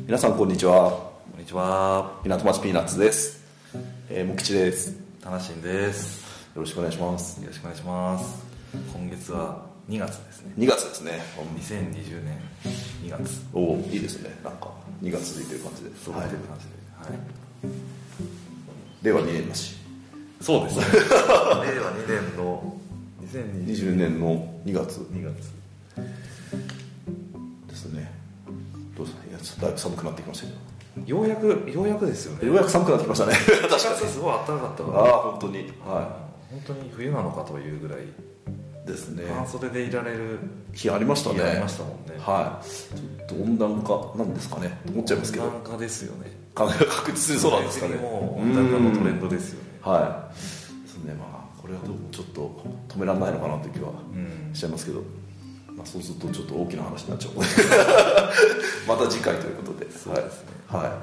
皆さんこんにちは。 こんにちは。 港町ピーナッツです。もきちです。 たなしんです。 よろしくお願いします。 よろしくお願いします。今月は2月ですね。 2月ですね。 2020年2月。 おお、いいですね。なんか2月続いてる感じで。 続いてる感じで。はい。 令和2年だし。 そうですね。令和2年の 2020年の2月ですね。どうですか。いや、ちょっとだいぶ寒くなってきましたけど。 ようやくですよね。 ようやく寒くなってきましたね。 確かにすごい暖かかったから。 ああ、本当に。 はい。本当に冬なのかというぐらいですね。 半袖でいられる日ありましたね。 日ありましたもんね。 はい。ちょっと温暖化なんですかね。思っちゃいますけど。 温暖化ですよね。 確実にそうなんですかね。 もう温暖化のトレンドですよね。 はい。ですね。まあこれはどうもちょっと止められないのかなという気はしちゃいますけど。まあそうするとちょっと大きな話になっちゃうのでまた次回ということで。 そうですね。 はい。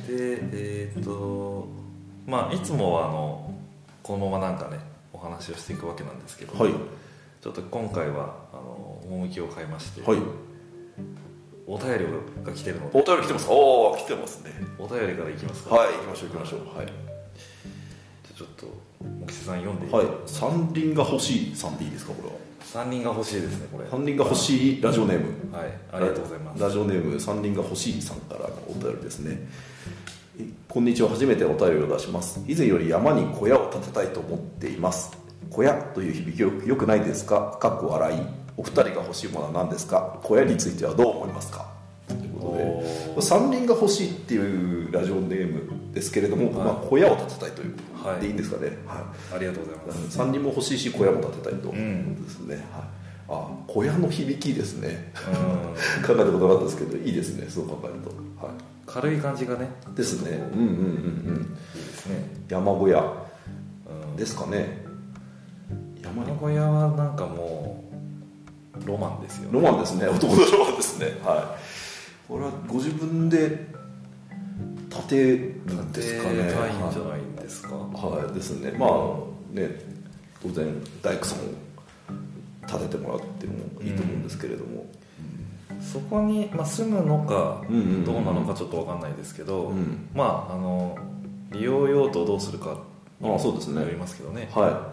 でまあいつもはこのままなんかねお話をしていくわけなんですけど、 はい、 ちょっと今回は趣を変えまして、 はい、 お便りが来てるので。 お便り来てます。おお、来てますね。 お便りからいきますか。 はい、行きましょう行きましょう。はい。 じゃあちょっともきせさん読んでいいはい。山林が欲しいさんでいいですか、これは。 山林が欲しいですね、これ。 山林が欲しいラジオネーム。 はい、ありがとうございます。 ラジオネーム山林が欲しいさんからのお便りですね。こんにちは、初めてお便りを出します。以前より山に小屋を建てたいと思っています。小屋という響きよくないですか？かっこ笑い。お二人が欲しいものは何ですか？小屋についてはどう思いますか？ということで、山林が欲しいっていうラジオネームですけれども、 はい、 まあ、小屋を建てたいということでいいんですかね。 はい、ありがとうございます。 山林も欲しいし小屋も建てたいということですね。はい、あ、小屋の響きですね。考えたことなかったですけど、いいですね、そう考えると。はい、 軽い感じがね。 ですね。 いいですね。 山小屋ですかね。 山小屋はなんかもうロマンですよね。 ロマンですね。男のロマンですね。はい。これはご自分で建てるんですかね。 建てたいんじゃないんですか。 はい、ですね。まあね、当然大工さんを建ててもらってもいいと思うんですけれども、 そこに、まあ、住むのかどうなのかちょっと分かんないですけど、まあ利用用途をどうするかにもよりますけどね。 はい。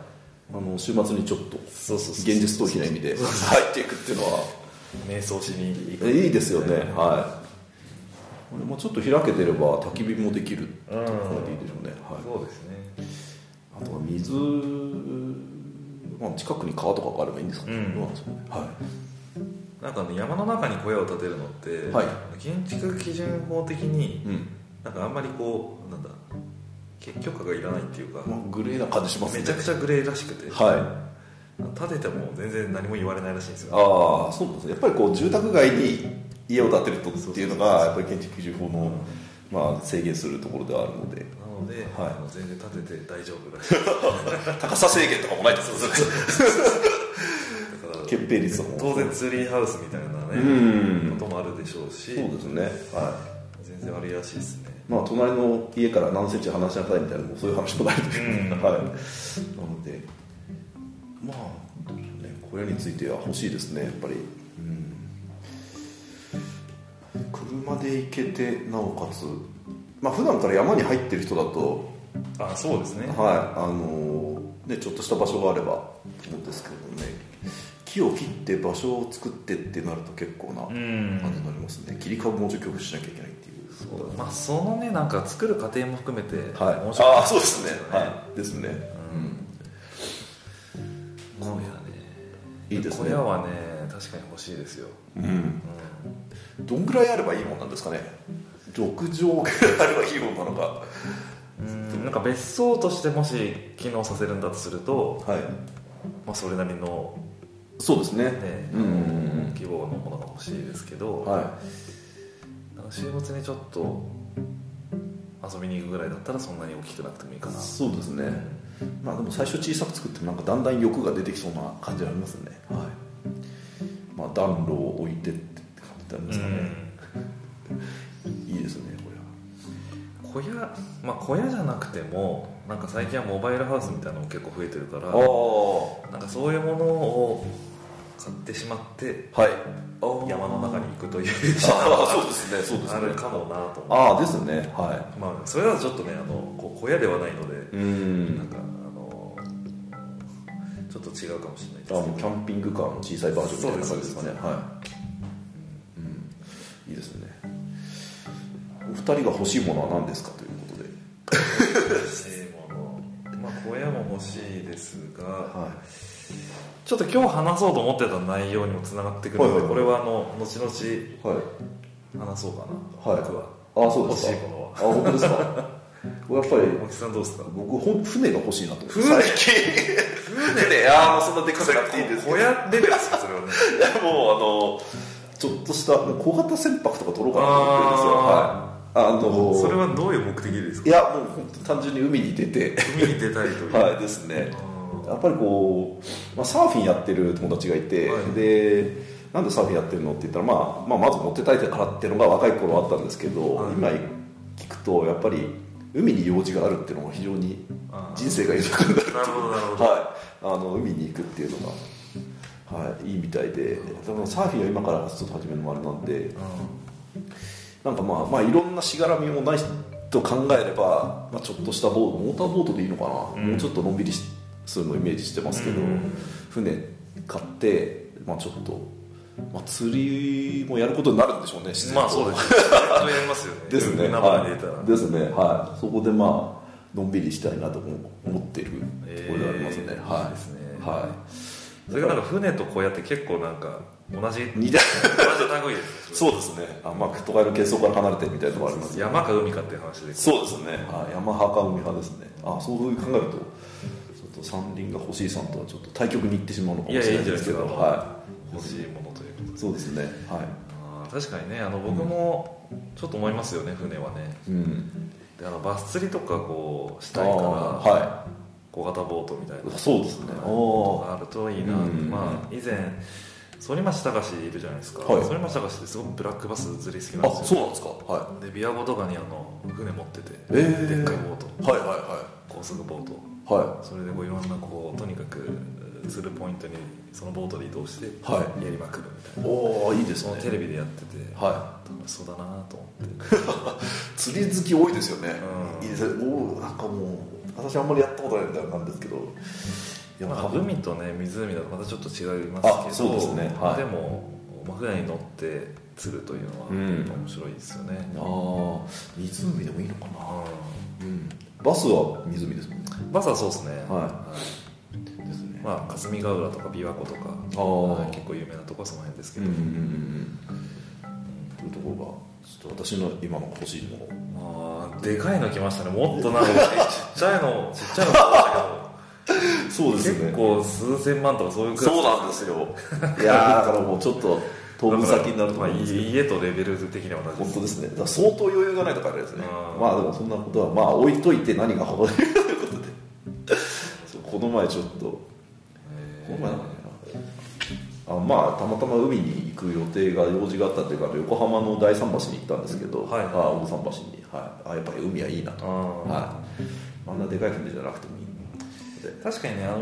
週末にちょっと現実逃避の意味で入っていくっていうのは瞑想しに行く。 いいですよね。はい。これもちょっと開けてれば焚き火もできるっていうところでいいでしょうね。はい。 そうですね。 あとは水、まあ、近くに川とかがあればいいんですかね。はい。 なんかね、山の中に小屋を建てるのって、はい、建築基準法的に、なんかあんまりこうなんだ許可がいらないっていうか、 まあ、グレーな感じしますね。 めちゃくちゃグレーらしくて、 はい、 建てても全然何も言われないらしいんですよ、 ね。ああ、そうですね。やっぱりこう住宅街に家を建てるとっていうのがやっぱり建築基準法の、まあ、制限するところではあるので、 なので、はい、全然建てて大丈夫らしい。 高さ制限とかもないですよ。決定率も当然ツリーハウスみたいなねこともあるでしょうし、 そうですね。はい。 全然悪いらしいですね。 まあ隣の家から何センチ離しなさいみたいなもうそういう話もないというか、はい。なので、まあね、小屋については欲しいですね、やっぱり。車で行けてなおかつ、まあ普段から山に入ってる人だと、 あ、そうですね。 はい、ね、ちょっとした場所があればと思うんですけどね。木を切って場所を作ってってなると結構な感じになりますね。切り株も除去しなきゃいけないっていう。 まあそのね、なんか作る過程も含めてはい、面白い。ああ、そうですね。はいですね。 小屋ね、 いいですね。 小屋はね、確かに欲しいですよ。 どんぐらいあればいいもんなんですかね。6畳ぐらいあればいいもんなのか。 なんか別荘としてもし機能させるんだとすると、 はい、 まあそれなりのそうですね。 規模のものが欲しいですけど、 はい、 なんか週末にちょっと遊びに行くぐらいだったらそんなに大きくなくてもいいかな。 そうですね。まあでも最初小さく作ってもなんかだんだん欲が出てきそうな感じがありますね。はい。まあ暖炉を置いてって感じになりますかね。いいですね、 小屋。まあ小屋じゃなくてもなんか最近はモバイルハウスみたいなのも結構増えてるから、なんかそういうものを買ってしまって、 はい、 山の中に行くというそうですね、そうですね、 あるかもなと思って。 ですね、はい。 まあそれはちょっとね小屋ではないので、なんかちょっと違うかもしれないですけど、 キャンピングカーの小さいバージョンみたいな感じですかね。はい、いいですね。お二人が欲しいものは何ですかということで。 欲しいもの、まあ小屋も欲しいですが、はい、ちょっと今日話そうと思ってた内容にもつながってくるので、これは後々話そうかな、僕は。 そうですか。 欲しいものは。 本当ですか。やっぱり大木さんどうですか。 僕船が欲しいなと思って。 最近船そんなでかくなくていいですけど。 小屋レベルですかそれはね。 いやもうちょっとした小型船舶とか取ろうかなと思ってるんですよ。はい。 それはどういう目的ですか。 いやもう本当単純に海に出て海に出たいというはいですね。やっぱりサーフィンやってる友達がいて、でなんでサーフィンやってるのって言ったら、まずモテたいからっていうのが若い頃あったんですけど、今聞くとやっぱり海に用事があるっていうのが非常に人生が豊かになる。 なるほど、 はい、海に行くっていうのが、はい、いいみたいで、サーフィンは今からちょっと始めるのもあれなんで、なんかいろんなしがらみもないと考えれば、ちょっとしたモーターボートでいいのかな、もうちょっとのんびりするのをイメージしてますけど、船買って、ちょっと。釣りもやることになるんでしょうね。 そうです。やりますよね。 ですね。ですね。はい。そこでのんびりしたいなと思っているところでありますね。はい。 ですね。 はい。 それがなんか船と小屋って結構なんか同じ類です。 そうですね。都会の喧騒から離れてるみたいなところあります。 山か海かっていう話で。 そうですね。山派か海派ですね。そういう考えると、ちょっと山林が欲しいさんとはちょっと対極に行ってしまうのかもしれないですけど、 欲しいものということで。 そうですね。はい。 確かにね、僕もちょっと思いますよね、船はね。でバス釣りとかしたいから、小型ボートみたいな。 そうですね。 あるといいな。以前反町隆史いるじゃないですか。反町隆史ってすごくブラックバス釣り好きなんですよ。 そうなんですか。はい。 で琵琶湖とかに船持ってて、でっかいボート。高速ボート。それでいろんなとにかく釣るポイントにそのボートで移動してやりまくるみたいな。 いいですね。 テレビでやってて、楽しそうだなと思って。 釣り好き多いですよね。いいですね。なんかもう私あんまりやったことないみたいなんですけど、 海とね湖だとまたちょっと違いますけど、 そうですね。 でも船に乗って釣るというのは面白いですよね。 湖でもいいのかな。バスは湖ですもんね。 バスはそうですね。 ですね。 霞ヶ浦とか琵琶湖とか結構有名なとこはその辺ですけど、というところがちょっと私の今の欲しいもの。でかいの来ましたね。もっとなんかちっちゃいの来ましたけど。 そうですね。 結構数千万とかそういうくらい。そうなんですよ。いやだからもうちょっと当分先になると思うんですけど、 家とレベル的には同じです。 本当ですね。だから相当余裕がないとかあれですね。でもそんなことは置いといて何が運べるということでこの前ちょっとたまたま海に行く予定が用事があったというか横浜の大桟橋に行ったんですけど、大桟橋に、やっぱり海はいいなと。あんなでかい船じゃなくてもいい。 確かにね、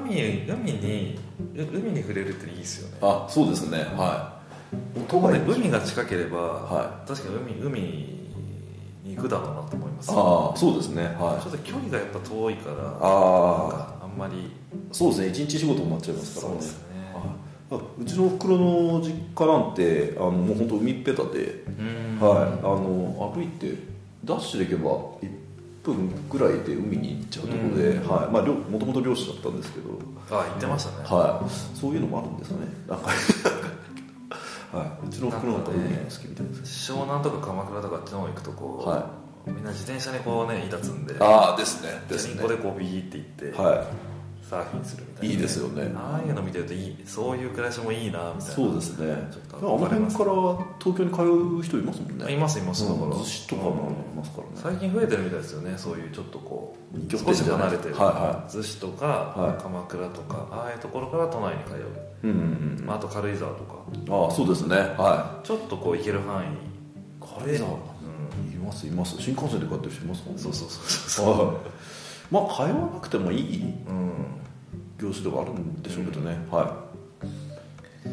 海に触れるっていいですよね。 そうですね。 海が近ければ、確かに海に行くだろうなと思います。 そうですね。 ちょっと距離がやっぱ遠いからあんまり。 そうですね。一日仕事になっちゃいますからね。 そうですね。 うちの袋の実家なんてもう本当海っぺたで、歩いてダッシュで行けば1分ぐらいで海に行っちゃうところで、もともと漁師だったんですけど、 言ってましたね。 そういうのもあるんですね。うちの袋なんか海が好きみたいです。 湘南とか鎌倉とかあっちの方行くとみんな自転車に板積んで、 ですね。 チャリンコでビーって行って、サーフィンするみたいな。 いいですよね。 ああいうの見てるとそういう暮らしもいいなみたいな。 そうですね。あの辺から東京に通う人いますもんね。 います。だから逗子とかもいますからね。 最近増えてるみたいですよね。そういうちょっと少し離れてる逗子とか鎌倉とかああいうところから都内に通う。あと軽井沢とか。 そうですね。 ちょっと行ける範囲に。 軽井沢います新幹線で買ってる人いますもんね。 そう通わなくてもいい業種ではあるんでしょうけどね。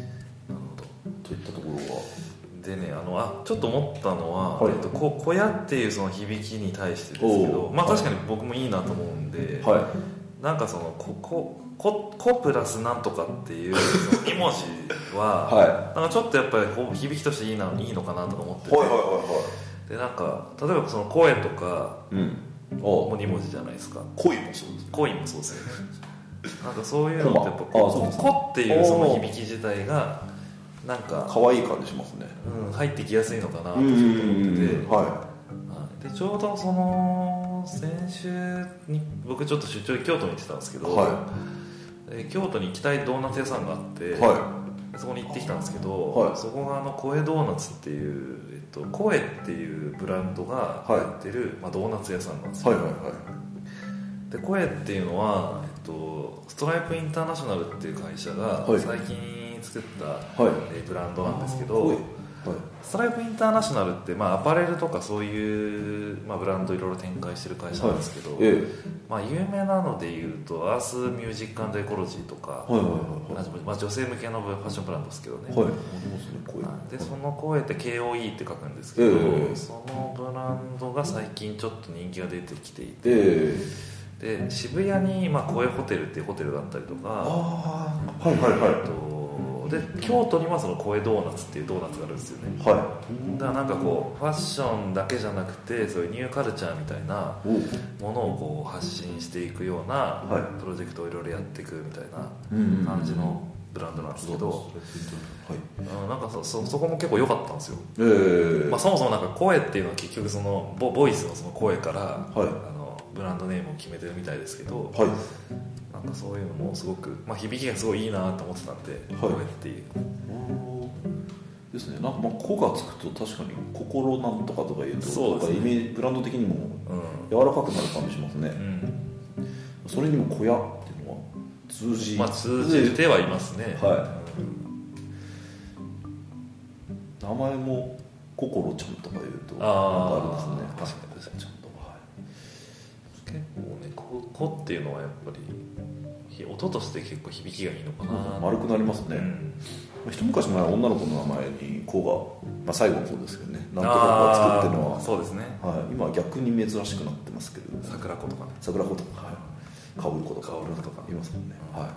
ちょっと思ったのは、 はい小屋っていうその響きに対してですけど、まあ確かに僕もいいなと思うんで、 はなんかそのコプラスなんとかっていうその2文字は、 はなんかちょっとやっぱり響きとしていいのかなとか思ってて、 はいはいはでなんか例えばその声とかい。うん。 も2文字じゃないですか。 恋もそうです。 恋もそうですよね。なんかそういうのってやっぱそうですねコっていうその響き自体がなんか、 可愛い感じしますね。 入ってきやすいのかなとちょっと思ってて、 はでちょうどその先週に僕ちょっと出張で京都に行ってたんですけど、 はで京都に行きたいドーナツ屋さんがあって、 い。はでそこに行ってきたんですけど、 はいそこが声ドーナツっていう、声っていうブランドがやってる、まあ、ドーナツ屋さんなんですい。 よ、 はいはいはい。 で声っていうのは、ストライプインターナショナルっていう会社がはい最近作った、 はいブランドなんですけど、 はい。 ストライプインターナショナルって、まあ、アパレルとかそういう、まあ、ブランドいろいろ展開してる会社なんですけど、 ええ。 まあ、有名なのでいうとアースミュージック&エコロジーとか、 はいはいはいまあ、女性向けのファッションブランドですけどね、 はい。ありますね、声。 でその声って KOE って書くんですけど、そのブランドが最近ちょっと人気が出てきていて、で渋谷に、まあ、声ホテルっていうホテルがあったりとか、 はいはいはい。 で京都にはその声ドーナツっていうドーナツがあるんですよね。 はい。 だからなんかこうファッションだけじゃなくてそういうニューカルチャーみたいなものをこう発信していくようなプロジェクトをいろいろやっていくみたいな感じのブランドなんですけど、なんかそこも結構良かったんですよ。まあ、そもそもなんか声っていうのは結局そのボイスのその声から、ブランドネームを決めてるみたいですけど、なんかそういうのもすごく、まあ、響きがすごいいいなと思ってたんで、声っていうですね。なんかまあ「子」がつくと確かに「心なんとか」とか言うとそうですね、 なんかイメージブランド的にも柔らかくなる感じしますね。それにも「小屋」っていうのは通じてはいますね。 名前も「心ちゃん」とか言うとなんかありますね。 確かにちゃんと、結構ね「子」っていうのはやっぱり音として結構響きがいいのかな。 丸くなりますね。一昔前は女の子の名前に「子」が、まあ、最後の子ですけどね、なんとかがつくっていうのはそうですね、 今は逆に珍しくなってますけど、 桜子とかね、 桜子とか、香る子とかいますもんね。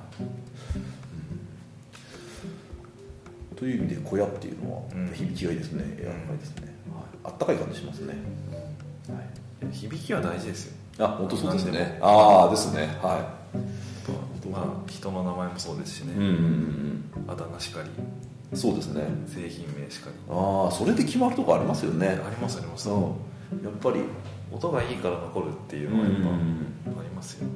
という意味で小屋っていうのは響きがいいですね。柔らかいですね。あったかい感じしますね。 響きは大事ですよ。 本当そうですね。ですね。 まあ人の名前もそうですしね、あだ名しかり、 そうですね、 製品名しかり、 それで決まるとこありますよね。 ありますあります。 やっぱり音がいいから残るっていうのはやっぱありますよ。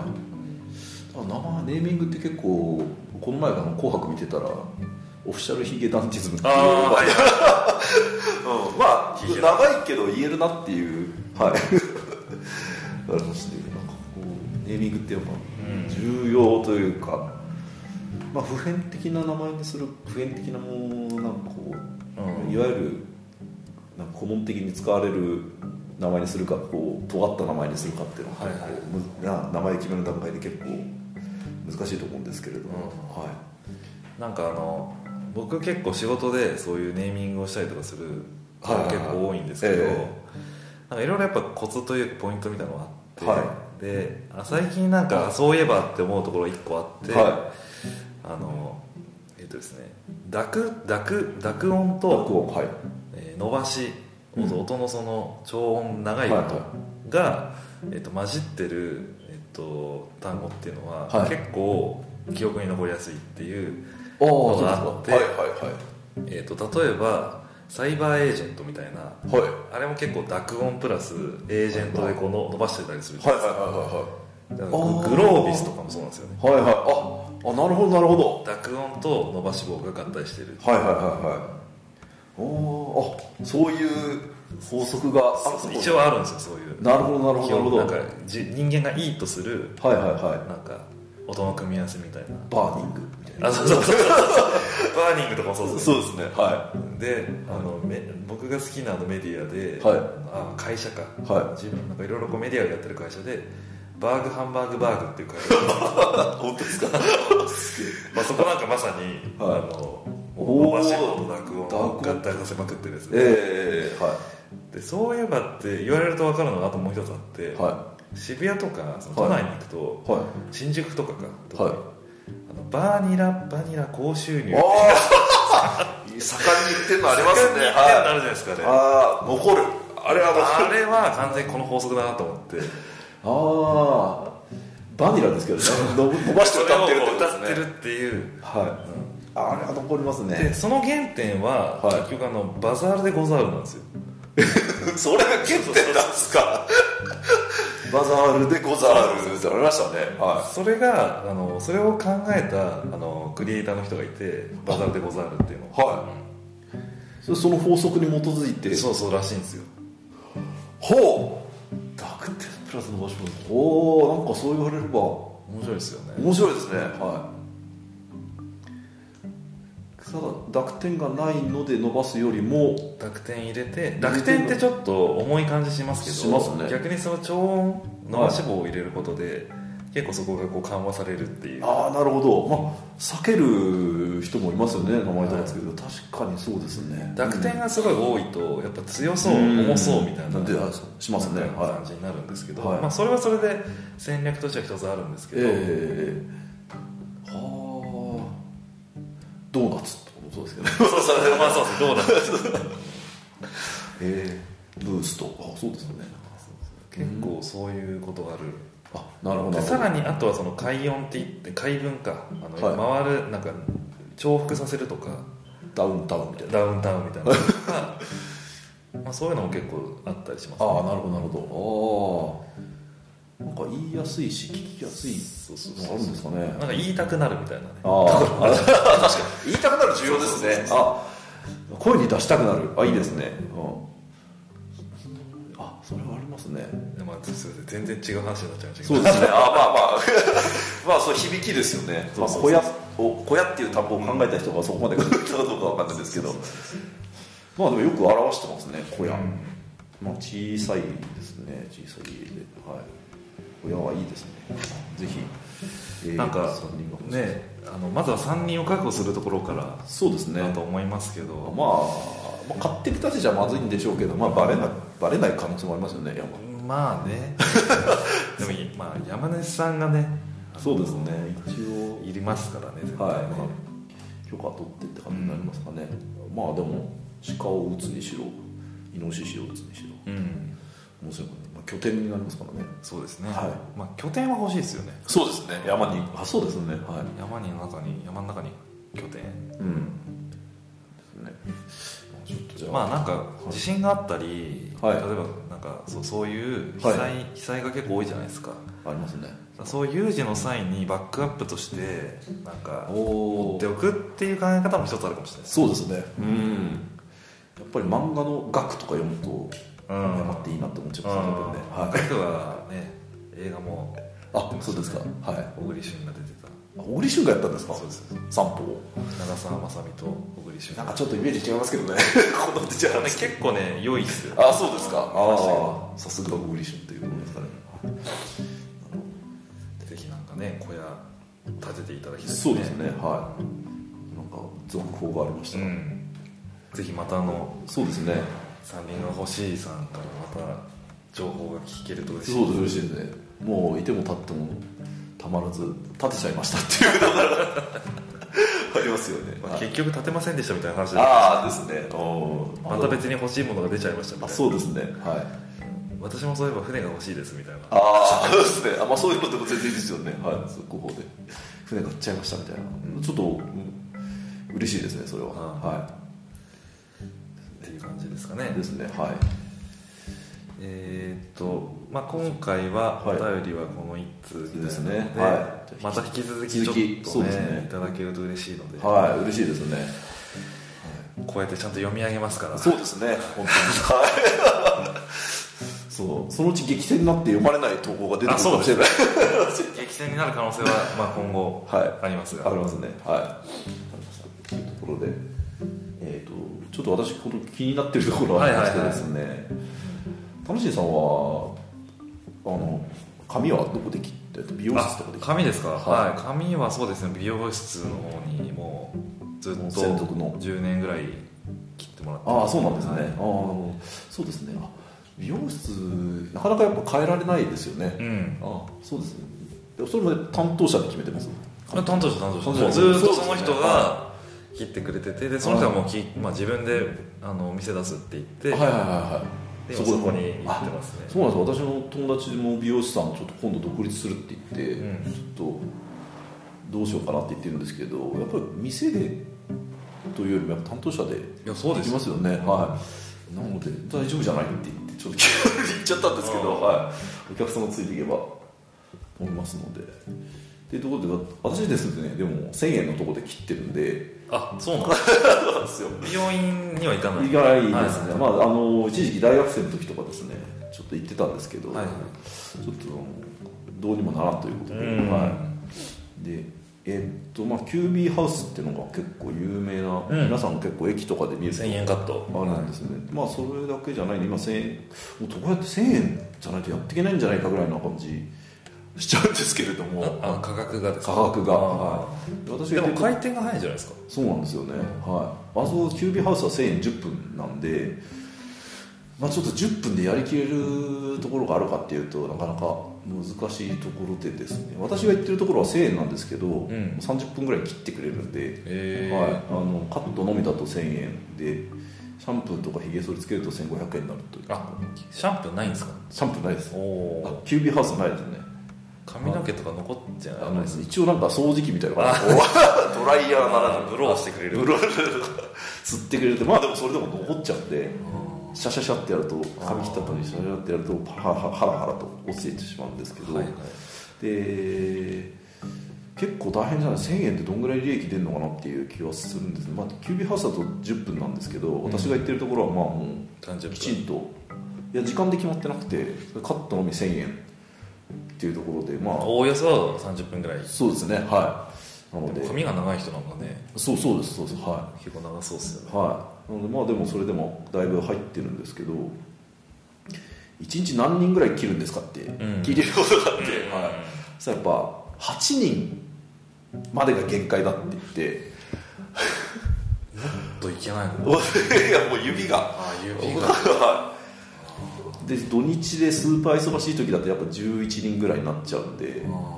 ネーミングって結構この前紅白見てたらオフィシャルヒゲダンティズムっていうまあ長いけど言えるなっていうありまして、なんかこうネーミングってやっぱ重要というか、まあ、普遍的な名前にする、普遍的なものなんかこう、いわゆるなんか顧問的に使われる名前にするか、こう尖った名前にするかっていうのは、名前決める段階で結構難しいと思うんですけれども、 なんか僕結構仕事でそういうネーミングをしたりとかする結構多いんですけど、なんかいろいろやっぱコツというかポイントみたいなのがあって、で最近なんかそういえばって思うところ1個あって、ですね、濁音と伸ばし、音のその超音長い音が混じってる単語っていうのは結構記憶に残りやすいっていうのがあって、例えばサイバーエージェントみたいな、あれも結構濁音プラスエージェントでこの伸ばしてたりするじゃないですか。グロービスとかもそうなんですよね。 なるほどなるほど。 濁音と伸ばし棒が合体してる。 そういう法則が一応あるんですよ、そういう。 なるほどなるほど。 なんか人間がいいとするなんか音の組み合わせみたいな。 バーニングみたいな。 そうバーニングとかもそうですね。 そうですね。 で僕が好きなメディアで、会社か、自分なんかいろいろメディアをやってる会社でバーグハンバーグバーグっていう会社本当ですか。 そこなんかまさに伸ばし棒と濁音を合体させまくってですね、でそういえばって言われると分かるのがあともう一つあって、渋谷とかその都内に行くと、新宿とかバニラ高収入って盛んに言ってるのありますね。 盛んに言ってるのあるじゃないですかね。 残る。あれは完全にこの法則だなと思って。 バニラですけどね。伸ばして歌ってるってことですね。 歌ってるっていう。 あれは残りますね。 でその原点は結局バザールでござるなんですよ。 それが原点なんですか。バザールでござるってありましたね。 それがそれを考えたクリエイターの人がいて、バザールでござるっていうの。 その法則に基づいて。 そうらしいんですよ。 ほう。濁点プラス伸ばし棒。なんかそう言われれば面白いですよね。 面白いですね。ただ濁点がないので伸ばすよりも濁点入れて、濁点ってちょっと重い感じしますけど、逆にその超音伸ばし棒を入れることで、結構そこがこう緩和されるっていう。 なるほど。避ける人もいますよね、名前とかつけると。確かにそうですね。 濁点がすごい多いとやっぱ強そう、重そうみたいなしますね、 感じになるんですけど、それはそれで戦略としては一つあるんですけど、 ドーナツってことそうですけどね。 そうですドーナツブースト。そうですね。 結構そういうことがある。 なるほど。 さらにあとはその回音って言って回分か、回るなんか重複させるとか、 ダウンタウンみたいなそういうのも結構あったりしますね。なるほど。なんか言いやすいし聞きやすいのがあるんですかね。 なんか言いたくなるみたいなね。 確かに言いたくなる重要ですね。声に出したくなる。いいですね。それはありますね。 全然違う話になっちゃいましたけど。 そうですね。そう響きですよね。小屋っていう単語を考えた人がそこまで来るかどうかわかんないですけど、でもよく表してますね、小屋。小さいですね。小さい家で、小屋はいいですね。ぜひなんかね、まずは3人を確保するところからそうですねだと思いますけど、 勝手に立てちゃまずいんでしょうけど、バレない可能性もありますよね。 でも山根さんがね、 そうですね、一応いりますからね、絶対ね。 許可取ってって感じになりますかね。でも鹿を撃つにしろイノシシを撃つにしろ、面白い拠点になりますからね。 そうですね。拠点は欲しいですよね。 そうですね。山にそうですね。 山の中に拠点。なんか地震があったり、例えばなんかそういう被災が結構多いじゃないですか。 ありますね。 そういう有事の際にバックアップとしてなんか持っておくっていう考え方も一つあるかもしれない。 そうですね。やっぱり漫画の学とか読むと山っていいなって思っちゃいますね。 学はね、映画もそうですか。 小栗旬が出てた。 小栗旬がやったんですか。 そうです。 散歩を長澤まさみと小栗旬。 なんかちょっとイメージ違いますけどね。 結構ね良いっすよ。 そうですか。さすが小栗旬っていうことですかね。 ぜひなんかね、小屋建てていただきたいですね。 そうですね。なんか続報がありましたら、 ぜひまたそうですね。 山林が欲しいさんからまた情報が聞けると嬉しい。 そうです。嬉しいですね。もういても立ってもたまらず建てちゃいましたっていうのがありますよね。 結局建てませんでしたみたいな話ですね。 また別に欲しいものが出ちゃいましたみたいな。 そうですね。 私もそういえば船が欲しいですみたいな。 そうですね。そういうのでも全然いいですよね。速報で船買っちゃいましたみたいな。ちょっと嬉しいですね、それは。 っていう感じですかね。 ですね。 今回はお便りはこの1通みたいなので、また引き続きちょっとねいただけると嬉しいので、 嬉しいですね。 こうやってちゃんと読み上げますから。 そうですね、本当に。そのうち激戦になって読まれない投稿が出てくるかもしれない。 激戦になる可能性は今後ありますが、 ありますね。というところで、ちょっと私この気になっているところがありましてですね、楽しいさんは髪はどこで切って美容室とかで切って？ 髪ですか。髪はそうですね、美容室の方にもうずっと専属の 10年ぐらい切ってもらって。 ああそうなんですね、はい、そうですね。美容室なかなかやっぱ変えられないですよね。そうですね。それも担当者で決めてます？ 担当者ずっとその人が切ってくれてて、でその人はもう自分でお店出すって言って、でそこに行ってますね。 そうなんです。私の友達も美容師さんちょっと今度独立するって言って、ちょっとどうしようかなって言ってるんですけど、やっぱり店でというよりも担当者でできますよね。はい。なので大丈夫じゃないって言ってちょっと言っちゃったんですけど、お客さんがついていけばと思いますので。っていうところで私ですね、でも1000円のところで切ってるんで。 そうなんですよ。美容院には行かない。 行かないですね。一時期大学生の時とかですね、ちょっと行ってたんですけど、ちょっとどうにもならんということで、でキュービーハウスっていうのが結構有名な、皆さん結構駅とかで見ると 1000円カットあるんですね。それだけじゃないね、今1000円もうどうやって1000円じゃないとやっていけないんじゃないかぐらいな感じしちゃうんですけれども、 価格がですか？ 価格が、私でも回転が早いんじゃないですか？ そうなんですよね。キュービーハウスは1000円10分なんで、ちょっと10分でやりきれるところがあるかっていうとなかなか難しいところでですね、私が言ってるところは1000円なんですけど、30分ぐらい切ってくれるんで、カットのみだと1000円で、シャンプーとかひげ剃りつけると1500円になるという。 シャンプーないんですか？ シャンプーないです。キュービーハウスないですね。 髪の毛とか残っちゃうです。 一応なんか掃除機みたいなドライヤーならブローしてくれる、 吸ってくれるって、でもそれでも残っちゃうんで、シャシャシャってやると、髪切った後にシャシャシャってやるとハラハラと落ちていってしまうんですけど、で結構大変じゃない。1000円ってどんぐらい利益出るのかなっていう気はするんですね。キュービーハウスだと10分なんですけど、私が言ってるところはもうきちんと、時間で決まってなくて、カットのみ1000円っていうところで、 おおよそ30分ぐらい。 そうですね。なので髪が長い人なんかね。 そうです。結構長そうですよね。 なのででもそれでもだいぶ入ってるんですけど、1日何人ぐらい切るんですかって聞いてることがあって、そしたらやっぱ8人までが限界だって言って、 もっといけないの？ いやもう指がで土日でスーパー忙しい時だとやっぱ11人ぐらいになっちゃうんで、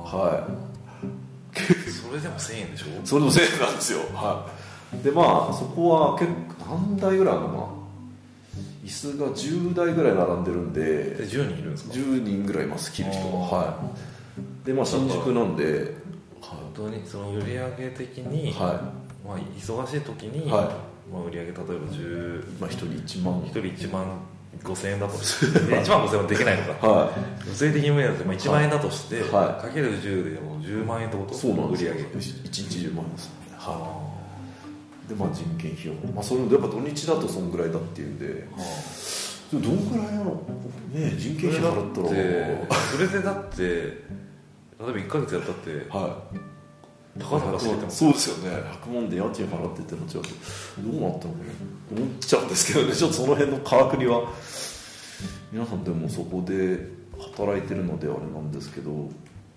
それでも1000円でしょ？ それでも1000円なんですよ。でそこは結構何台ぐらいあるのかな、椅子が10台ぐらい並んでるんで、 10人いるんですか ？10人ぐらいいます、切る人が。で新宿なんで、 本当にその売り上げ的に、忙しい時に、売り上げ例えば1 人1万 1万5000円だとして1万5000円はできないのか、物理的に無理だと1万円だとして、かける10でもう10万円ってこと。 そうなんですよ。 売り上げ 1日10万円ですね。で人件費用、それもやっぱ土日だとそんぐらいだっていうんで、どんぐらいなのね、人件費払ったらそれでだって例えば1ヶ月やったって高々しててもそうですよね。100万で家賃払ってってなっちゃうとどうなったのかな思っちゃうんですけどね。ちょっとその辺の価格には皆さんでもそこで働いてるのであれなんですけど、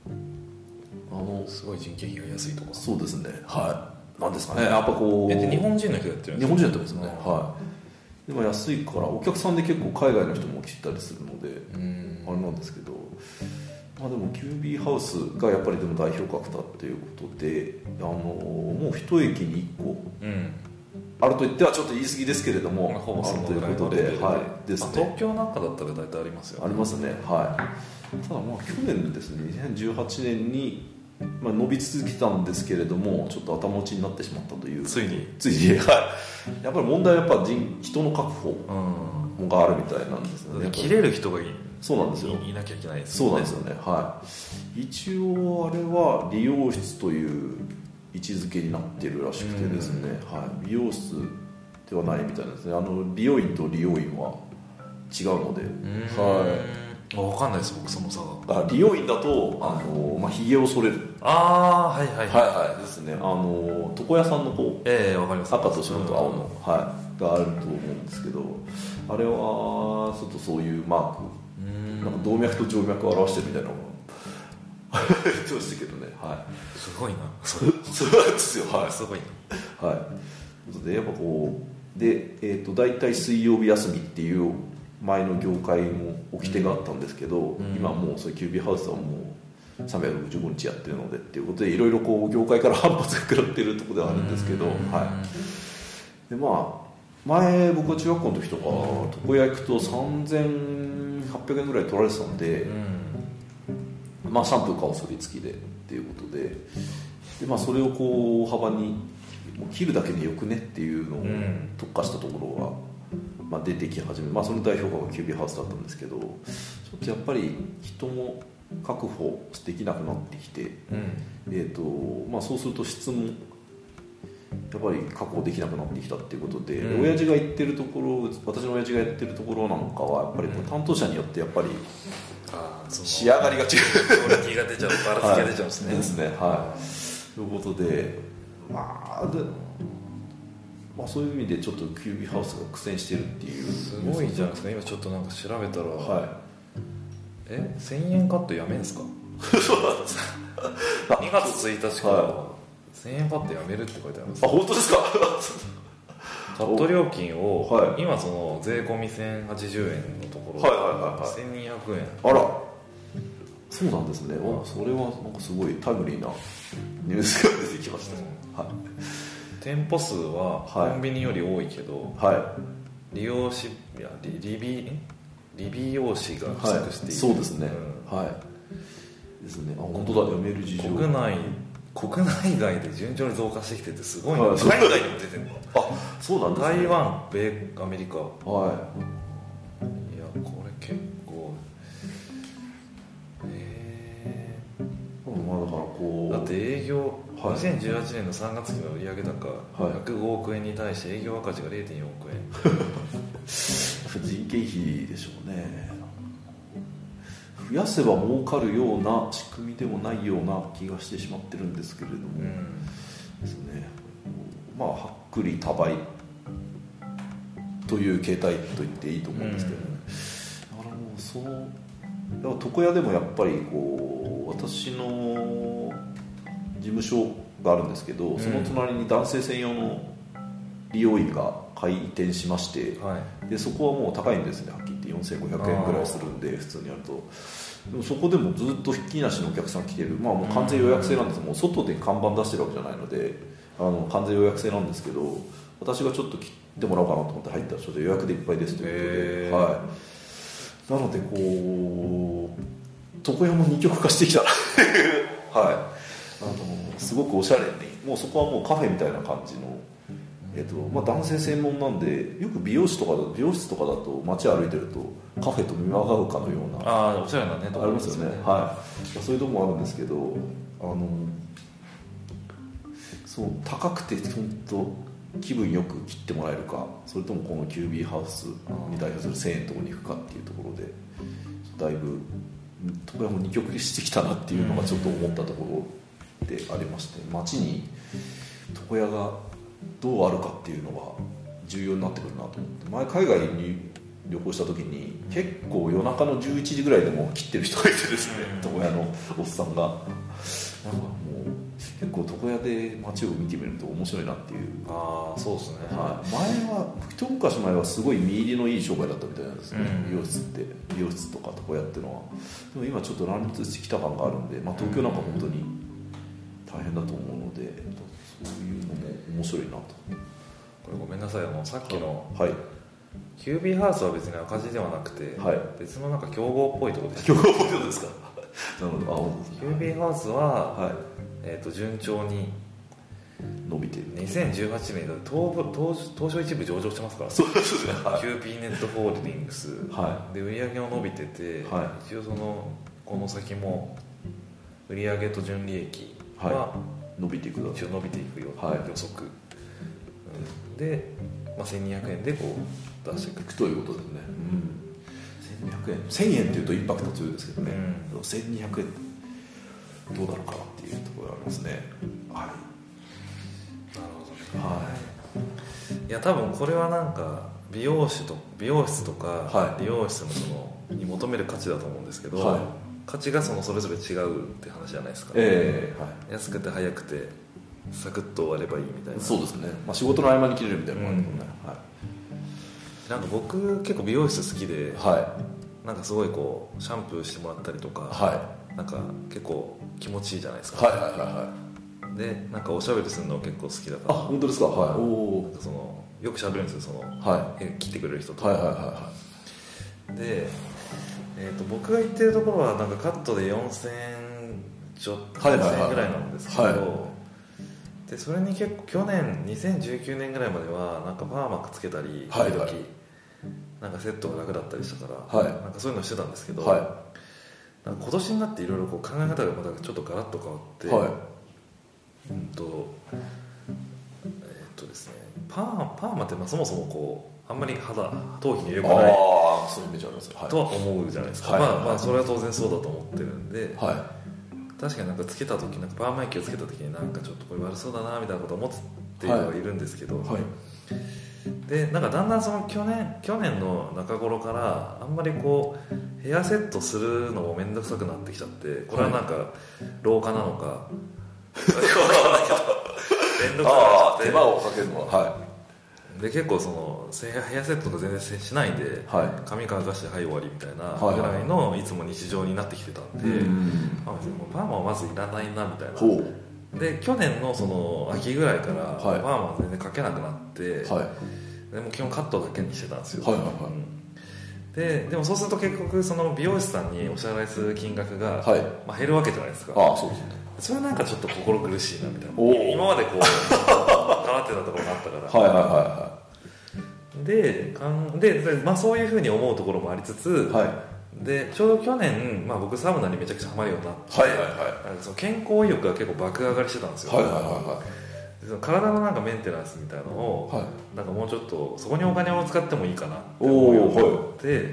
すごい人件費が安いとか。 そうですね。なんですかね、やっぱこう日本人の人やってるんですか？ 日本人やってますね。でも安いからお客さんで結構海外の人も来たりするのであれなんですけど、でもキュービーハウスがやっぱりでも代表格だっていうことで、もう一駅に1個、あると言ってはちょっと言い過ぎですけれども、 ほぼそのぐらいということで、ですね。 東京なんかだったら大体ありますよね。 ありますね。ただ去年ですね、2018年に伸び続けたんですけれども、ちょっと頭打ちになってしまったという。 ついにやっぱり問題はやっぱ人の確保があるみたいなんですよね。 切れる人がいなきゃいけないですよね。そうなんですよね。一応あれは理容室という位置づけになっているらしくてですね、美容室ではないみたいですね。美容院と理容院は違うので、 分かんないです僕その差が。 美容院だとひげを剃れるですね。床屋さんの方、 分かります。 赤と白と青の、があると思うんですけど、あれはちょっとそういうマーク、なんか動脈と静脈を表してるみたいなのが言ってましたけどね。 すごいな。 そうなんですよ。 すごいな。 ことでやっぱこうで、大体水曜日休みっていう前の業界も掟があったんですけど、今もうそういうキュービーハウスはもう365日やってるのでっていうことでいろいろこう業界から反発が食らってるところではあるんですけど、はい、でまあ前僕は中学校の時とか床屋行くと3800円ぐらい取られてたんで、まあシャンプー顔そり付きでっていうことで、まあ、それをこう大幅にもう切るだけでよくねっていうのを特化したところが、まあ、出てき始め、まあ、その代表格がキュービーハウスだったんですけど、ちょっとやっぱり人も確保できなくなってきて、まあ、そうすると質もやっぱり確保できなくなってきたっていうことで、親父が行ってるところ、私の親父がやってるところなんかはやっぱりこう担当者によってやっぱり仕上がりが違う、 クオリティが出ちゃう、ばらつきが出ちゃうんですね。 ですね、はい、ということで、まあそういう意味でちょっとキュービーハウスが苦戦してるっていう。 すごいじゃないですか。今ちょっとなんか調べたら、 はい、 1000円カットやめんすかそうなんです 2月1日から1000円カットやめるって書いてあります。 あ、本当ですかカット料金を、 はい、 今その税込み1080円のところ、1200円。 あら、そうなんですね。それはなんかすごいタイムリーなニュースが出てきました、はい、 店舗数はコンビニより多いけど、 はい、 理美容師が不足している、 そうですね、はいですね。あ、本当だ、読める事情。 国内外で順調に増加してきててすごいな、海外にも出てるの。 あ、そうなんですね。 台湾、アメリカ、 はいいやこれ結構まあだからこうだって営業、 はい、 2018年の3月期の売上高、はい、105億円に対して営業赤字が 0.4 億円人件費でしょうね。増やせば儲かるような仕組みでもないような気がしてしまってるんですけれども、ですね、まあはっくり多倍という形態と言っていいと思うんですけどね、だからもうだから床屋でもやっぱりこう私の事務所があるんですけど、その隣に男性専用の美容院が開店しまして、でそこはもう高いんですね、はっきり言って4500円ぐらいするんで、普通にやると。でもそこでもずっとひっきりなしのお客さん来てる、まあ、もう完全予約制なんです。もう外で看板出してるわけじゃないので完全予約制なんですけど、私がちょっと切ってもらおうかなと思って入ったらちょっと予約でいっぱいですということで、はい、なのでこう床屋も二極化してきたなはい、すごくおしゃれに、もうそこはもうカフェみたいな感じの、まあ、男性専門なんで、よく美容室とかだと街歩いてるとカフェと見まがうかのような、 おしゃれなねありますよね、はい、そういうとこもあるんですけど、そう高くて本当気分よく切ってもらえるか、それともこのキュービーハウスに代表する1000円のところに行くかっていうところで、だいぶ床屋も二極化してきたなっていうのがちょっと思ったところでありまして、街に床屋がどうあるかっていうのが重要になってくるなと思って、前海外に旅行した時に結構夜中の11時ぐらいでも切ってる人がいてですね、床屋のおっさんがなんかもう結構床屋で街を見てみると面白いなっていう。 そうですね、 はい、前は一昔前はすごい見入りのいい商売だったみたいなんですね、美容室とか床屋っていうのは。でも今ちょっと乱立してきた感があるんで、まあ、東京なんか本当に大変だと思うので、そういうのも面白いなと。 これごめんなさい、さっきの、 はい、 キュービーハウスは別に赤字ではなくて、はい、別のなんか競合っぽいところです。 競合っぽいところですかなるほど。 キュービーハウスは、はい、順調に伸びてる。 2018年だと東証一部上場してますから、 そうですね、はい、 キューピーネットホールディングス、 はい、 で売り上げも伸びてて、はい、一応この先も売り上げと純利益は、 伸びていくよ一応伸びていくような予測、で、まあ、1200円でこう出していくということですね、1200円1000円っていうとインパクト強いですけどね、1200円どうなるかなっていうところがありますね。はい、なるほどね、はい、いや多分これはなんか美容室とか、理容室のに求める価値だと思うんですけど、はい、価値がそれぞれ違うって話じゃないですか、はい、安くて早くてサクッと終わればいいみたいな。 そうですね、仕事の合間に切れるみたいなのもあるもんね、 なんか僕結構美容室好きで、なんかすごいこうシャンプーしてもらったりとか、なんか結構気持ちいいじゃないですか。でなんかおしゃべりするの結構好きだから。 本当ですか。なんかそのよくしゃべるんですよ、その、切ってくれる人と。で、僕が行ってるところはなんかカットで4000円ちょっとぐらいなんですけど、でそれに結構去年2019年ぐらいまではなんかパーマくつけたり時々なんかセットが楽だったりしたから、なんかそういうのしてたんですけど、なんか今年になっていろいろ考え方がまたちょっとガラッと変わって、ですね、パーマってそもそもこうあんまり頭皮に良くないそういうイメージあります、 とは思うじゃないですか。それは当然そうだと思ってるんで、確かになんかつけた時、なんかパーマ液をつけた時になんかちょっとこれ悪そうだなみたいなこと思ってはいるんですけど、でなんかだんだんその去年の中頃からあんまりこうヘアセットするのも面倒くさくなってきちゃって、これはなんか老化なのか面倒くさくなっちゃって、 手間をかけるのは、 で結構そのヘアセットとか全然しないで、髪乾かして終わりみたいなぐらいのいつも日常になってきてたんで、パーマはまずいらないなみたいな。で去年のその秋ぐらいからパーマは全然かけなくなって、でも基本カットだけにしてたんですよ。でもそうすると結局その美容師さんにお支払いする金額が、減るわけじゃないですか。それはなんかちょっと心苦しいなみたいな。今までこう払ってたところがあったから、でそういうふうに思うところもありつつ、でちょうど去年、僕サウナにめちゃくちゃハマるようになって、その健康意欲が結構爆上がりしてたんですよ。その体のなんかメンテナンスみたいなのを、なんかもうちょっとそこにお金を使ってもいいかなって思うようになって、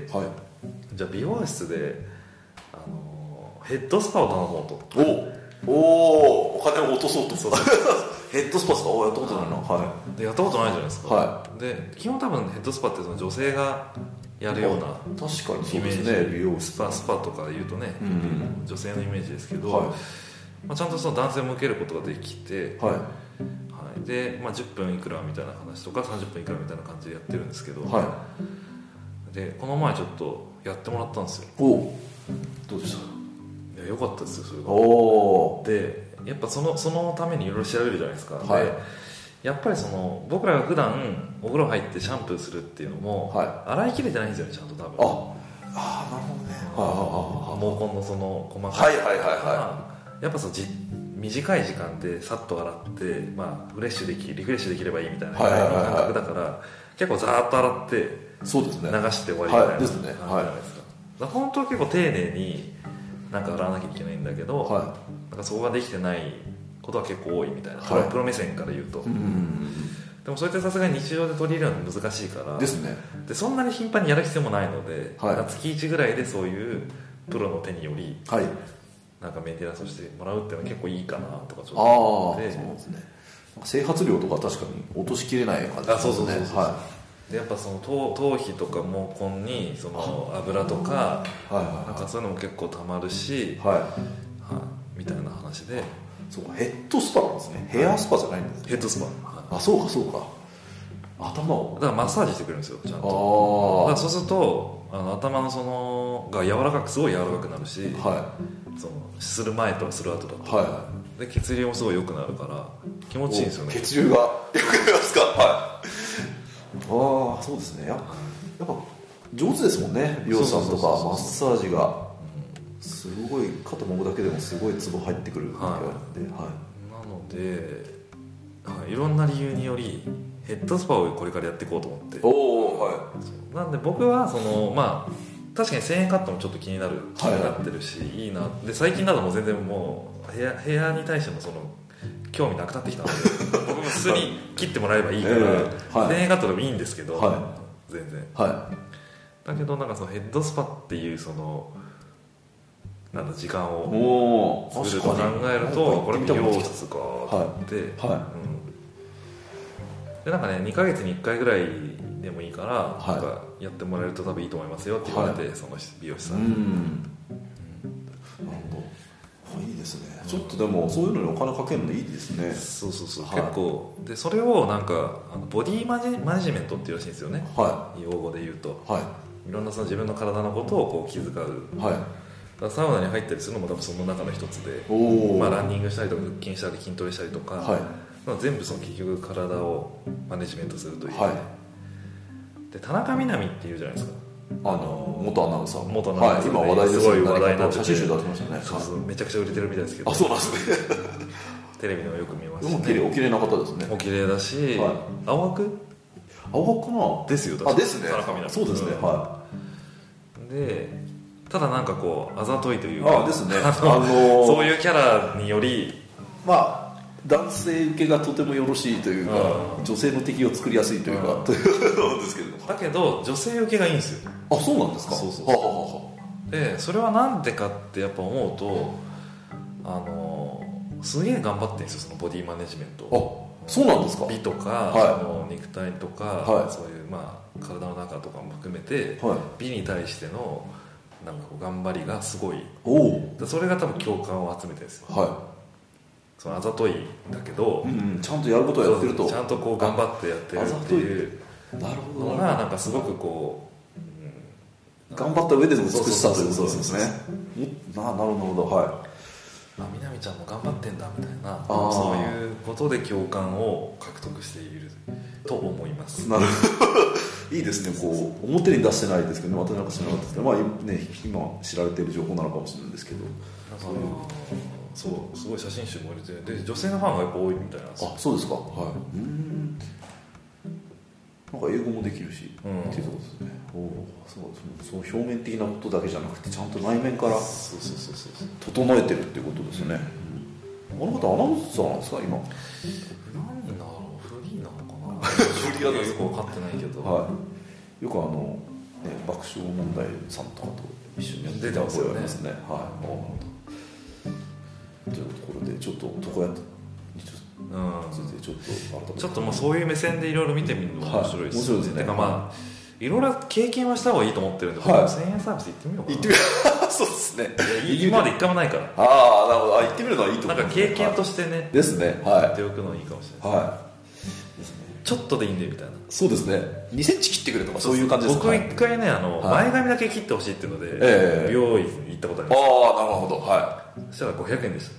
じゃあ美容室でヘッドスパを頼もうと。 お金を落とそうと。ヘッドスパですか。やったことないな。 でやったことないじゃないですか。で基本多分ヘッドスパってその女性がやるような確かにそうですね。美容スパとか言うとね、女性のイメージですけど、ちゃんとその男性も受けることができて、で、10分いくらみたいな話とか30分いくらみたいな感じでやってるんですけど、でこの前ちょっとやってもらったんですよ。 どうでした？ いや良かったですよそれが。でやっぱそのためにいろいろ調べるじゃないですか。でやっぱりその僕らが普段お風呂入ってシャンプーするっていうのも、洗い切れてないんですよね、ちゃんと多分。 なるほどね。 毛根のその細かいやっぱ短い時間でさっと洗って、リフレッシュできればいいみたいな感覚だから、結構ザーッと洗って流して終わりみたいな感じじゃないですか。本当は結構丁寧になんか洗わなきゃいけないんだけど、なんかそこができてないことは結構多いみたいな、プロ目線から言うと。でもそれってさすがに日常で取り入れるの難しいからですね。 でそんなに頻繁にやる必要もないので、月1ぐらいでそういうプロの手により、なんかメンテナンスをしてもらうっていうのは結構いいかなとかちょっと思って。 そうですね。整髪料とか確かに落としきれない感じですね。 でやっぱその頭皮とか毛根にその油とか、なんかそういうのも結構たまるし、みたいな話で。 ヘッドスパなんですね。ヘアスパじゃないんですね。 ヘッドスパ。 そうか。頭をだからマッサージしてくれるんですよ、ちゃんと。だからそうすると頭のそのがすごい柔らかくなるし、そのする前とする後だと、で血流もすごい良くなるから気持ちいいんですよね。 血流が良くなりますか。そうですね。やっぱ上手ですもんね、美容師さんとかマッサージが。すごい肩もむだけでもすごいツボ入ってくるって言われて、なので、いろんな理由によりヘッドスパをこれからやっていこうと思って。なんで僕はその確かに1000円カットもちょっと気になってるし、いいなで最近だともう全然もうヘアに対してもその興味なくなってきたので僕も普通に切ってもらえばいいから、1000円カットでもいいんですけど、全然、だけどなんかそのヘッドスパっていうその時間を作ると考えると、これ美容室かって、でなんかね2ヶ月に1回ぐらいでもいいから、なんかやってもらえると多分いいと思いますよって言われて、その美容師さんに。 なるほど。いいですね。 ちょっとでもそういうのにお金かけるのいいですね。 そうそうそう、 はい、 結構でそれをなんかボディマネジメントっていうらしいんですよね、 はい、 用語で言うと、 はい、 いろんなその自分の体のことをこう気遣う、はい、だからサウナに入ったりするのも多分その中の一つで、まあ、ランニングしたりとか腹筋したり筋トレしたりとか、はい、まあ、全部その結局体をマネジメントするという、はい、で田中みな実っていうじゃないですか、 元アナウンサー、 元アナウンサー、 はい、今話題です、すごい話題になってて、 写真集出してましたね。 そうそう、めちゃくちゃ売れてるみたいですけど。 あ、そうなんですね。 テレビでもよく見ますね。お綺麗な方ですね。 お綺麗だし、はい、青学かなですよ、 あ、ですね。 田中みな実、 そうですね、はい。 でただなんかこうあざといというか、 ですね、 そういうキャラにより、 まあ男性受けがとてもよろしいというか、女性の敵を作りやすいというか、というですけど、 だけど女性受けがいいんですよ。 あ、そうなんですか。 そうそうそう。でそれはなんでかってやっぱ思うと、すげえ頑張ってるんですよ、そのボディマネジメント。 あ、そうなんですか。 美とか、 はい、 肉体とか、 はい、 そういうまあ体の中とかも含めて、はい、美に対してのなんかこう頑張りがすごい。それが多分共感を集めてるんですよ。はい、そのあざといんだけど、 ちゃんとやることをやってると、 ちゃんとこう頑張ってやってるっていうのがなんかすごくこう、頑張った上での美しさということですね。なるほど、はい。 みなみちゃんも頑張ってんだみたいな、そういうことで共感を獲得していると思います。 なるほど。いいですね。こう表に出してないですけどね、私なんか知らなかったですけど、まあね、今知られている情報なのかもしれないんですけど、 そうすごい写真集も入れて、で女性のファンがやっぱ多いみたいなんですよ。 あ、そうですか。はい。なんか英語もできるし、っていうことですね。その表面的なことだけじゃなくて、ちゃんと内面から整えてるっていうことですね。あの方アナウンサーなんですか、今。 何なの、フリーなのかな。フリーはよく分かってないけど、 はい、よく爆笑問題さんとかと一緒にやってた覚えありますね。はい。というところでちょっと床屋についてちょっと改めて、 ちょっともうそういう目線でいろいろ見てみるのも面白いです。 面白いですね。 てかまあいろいろ経験はした方がいいと思ってるんで、1000円サービス行ってみようかな。 行ってみよう。そうですね。 今まで一回もないから。 ああ、なるほど。行ってみるのはいいと思う。 なんか経験としてね。 ですね。はい。 やっておくのはいいかもしれない。はい。ちょっとでいいんでみたいな。 そうですね。2センチ切ってくれとかそういう感じですか。 僕一回ね、前髪だけ切ってほしいっていうので、美容院行ったことあります。 ああ、なるほど。はい。 そしたら500円でした。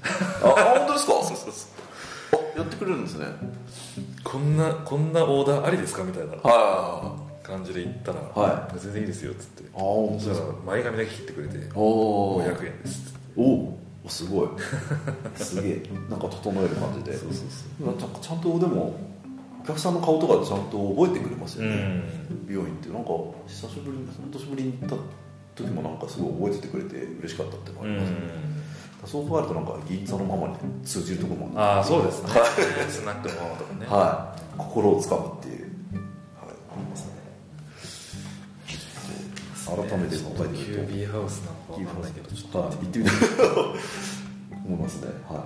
あ、本当ですか。そうそうそう。やってくれるんですね。 こんなオーダーありですかみたいな感じで言ったら、全然いいですよっつって。そしたら前髪だけ切ってくれて500円ですっつって。 お、すごい。すげえ。なんか整える感じで。そうちゃんとでもお客さんの顔とかでちゃんと覚えてくれますよね。美容院ってなんか久しぶりに行った時もなんかすごい覚えててくれて嬉しかったってのがありますね。そう考えるとなんか銀座のママに通じるところもある。そうですね。スナックのママとかね。 はい。心をつかむっていう。はい。ありますね。改めて考えてみると。 キュービーハウスなのかわかんないけど、ちょっと行ってみたいと思いますね。はい。